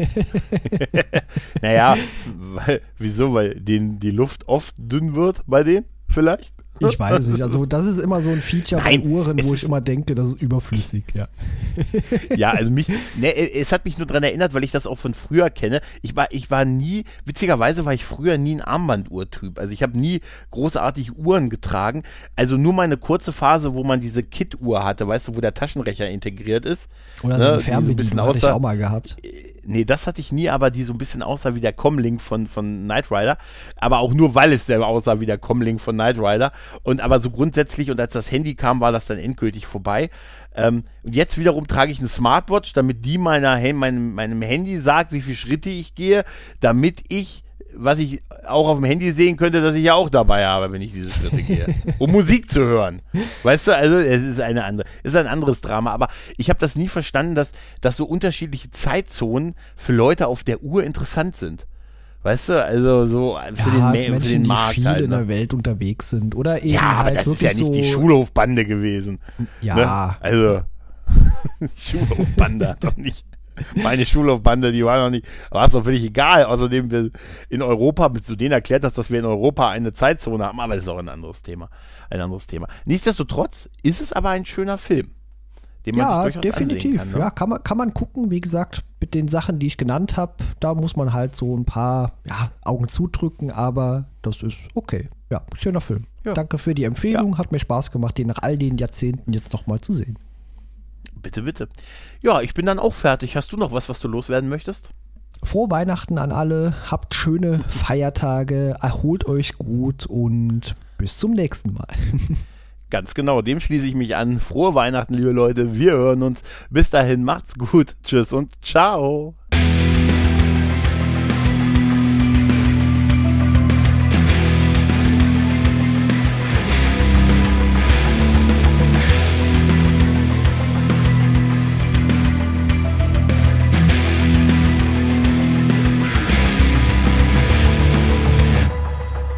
Naja, wieso? Weil denen die Luft oft dünn wird bei denen vielleicht? Ich weiß nicht, also das ist immer so ein Feature bei Uhren, wo ich immer denke, das ist überflüssig, ja. Ja, also es hat mich nur daran erinnert, weil ich das auch von früher kenne. Witzigerweise war ich früher nie ein Armbanduhr-Typ. Also ich habe nie großartig Uhren getragen. Also nur mal eine kurze Phase, wo man diese Kit-Uhr hatte, weißt du, wo der Taschenrechner integriert ist. Oder so eine Fernbedienung hatte ich auch mal gehabt. Nee, das hatte ich nie, aber die so ein bisschen aussah wie der Comlink von Knight Rider. Aber auch nur, weil es selber aussah wie der Comlink von Knight Rider. Und aber so grundsätzlich, und als das Handy kam, war das dann endgültig vorbei. Und jetzt wiederum trage ich eine Smartwatch, damit die meinem Handy sagt, wie viele Schritte ich gehe, damit ich, was ich auch auf dem Handy sehen könnte, dass ich ja auch dabei habe, wenn ich diese Schritte gehe. Um Musik zu hören. Weißt du, also es ist ein anderes Drama. Aber ich habe das nie verstanden, dass so unterschiedliche Zeitzonen für Leute auf der Uhr interessant sind. Weißt du, also so für den Markt. Die viel halt, in der Welt unterwegs sind. Oder eben ja, aber halt das wirklich ist ja nicht die Schulhofbande gewesen. Ja. Ne? Also, Schulhofbande hat doch nicht. Meine Schullaufbande, die war es doch völlig egal. Außerdem wir in Europa, zu denen erklärt hast, dass wir in Europa eine Zeitzone haben, aber das ist auch ein anderes Thema. Nichtsdestotrotz ist es aber ein schöner Film, den man sich durchaus definitiv ansehen kann. Ne? Ja, kann man gucken. Wie gesagt, mit den Sachen, die ich genannt habe, da muss man halt so ein paar Augen zudrücken, aber das ist okay. Ja, schöner Film. Ja. Danke für die Empfehlung. Hat mir Spaß gemacht, den nach all den Jahrzehnten jetzt nochmal zu sehen. Bitte, bitte. Ja, ich bin dann auch fertig. Hast du noch was du loswerden möchtest? Frohe Weihnachten an alle. Habt schöne Feiertage. Erholt euch gut und bis zum nächsten Mal. Ganz genau, dem schließe ich mich an. Frohe Weihnachten, liebe Leute. Wir hören uns. Bis dahin, macht's gut. Tschüss und ciao.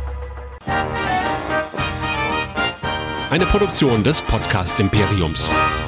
Eine Produktion des Podcast Imperiums.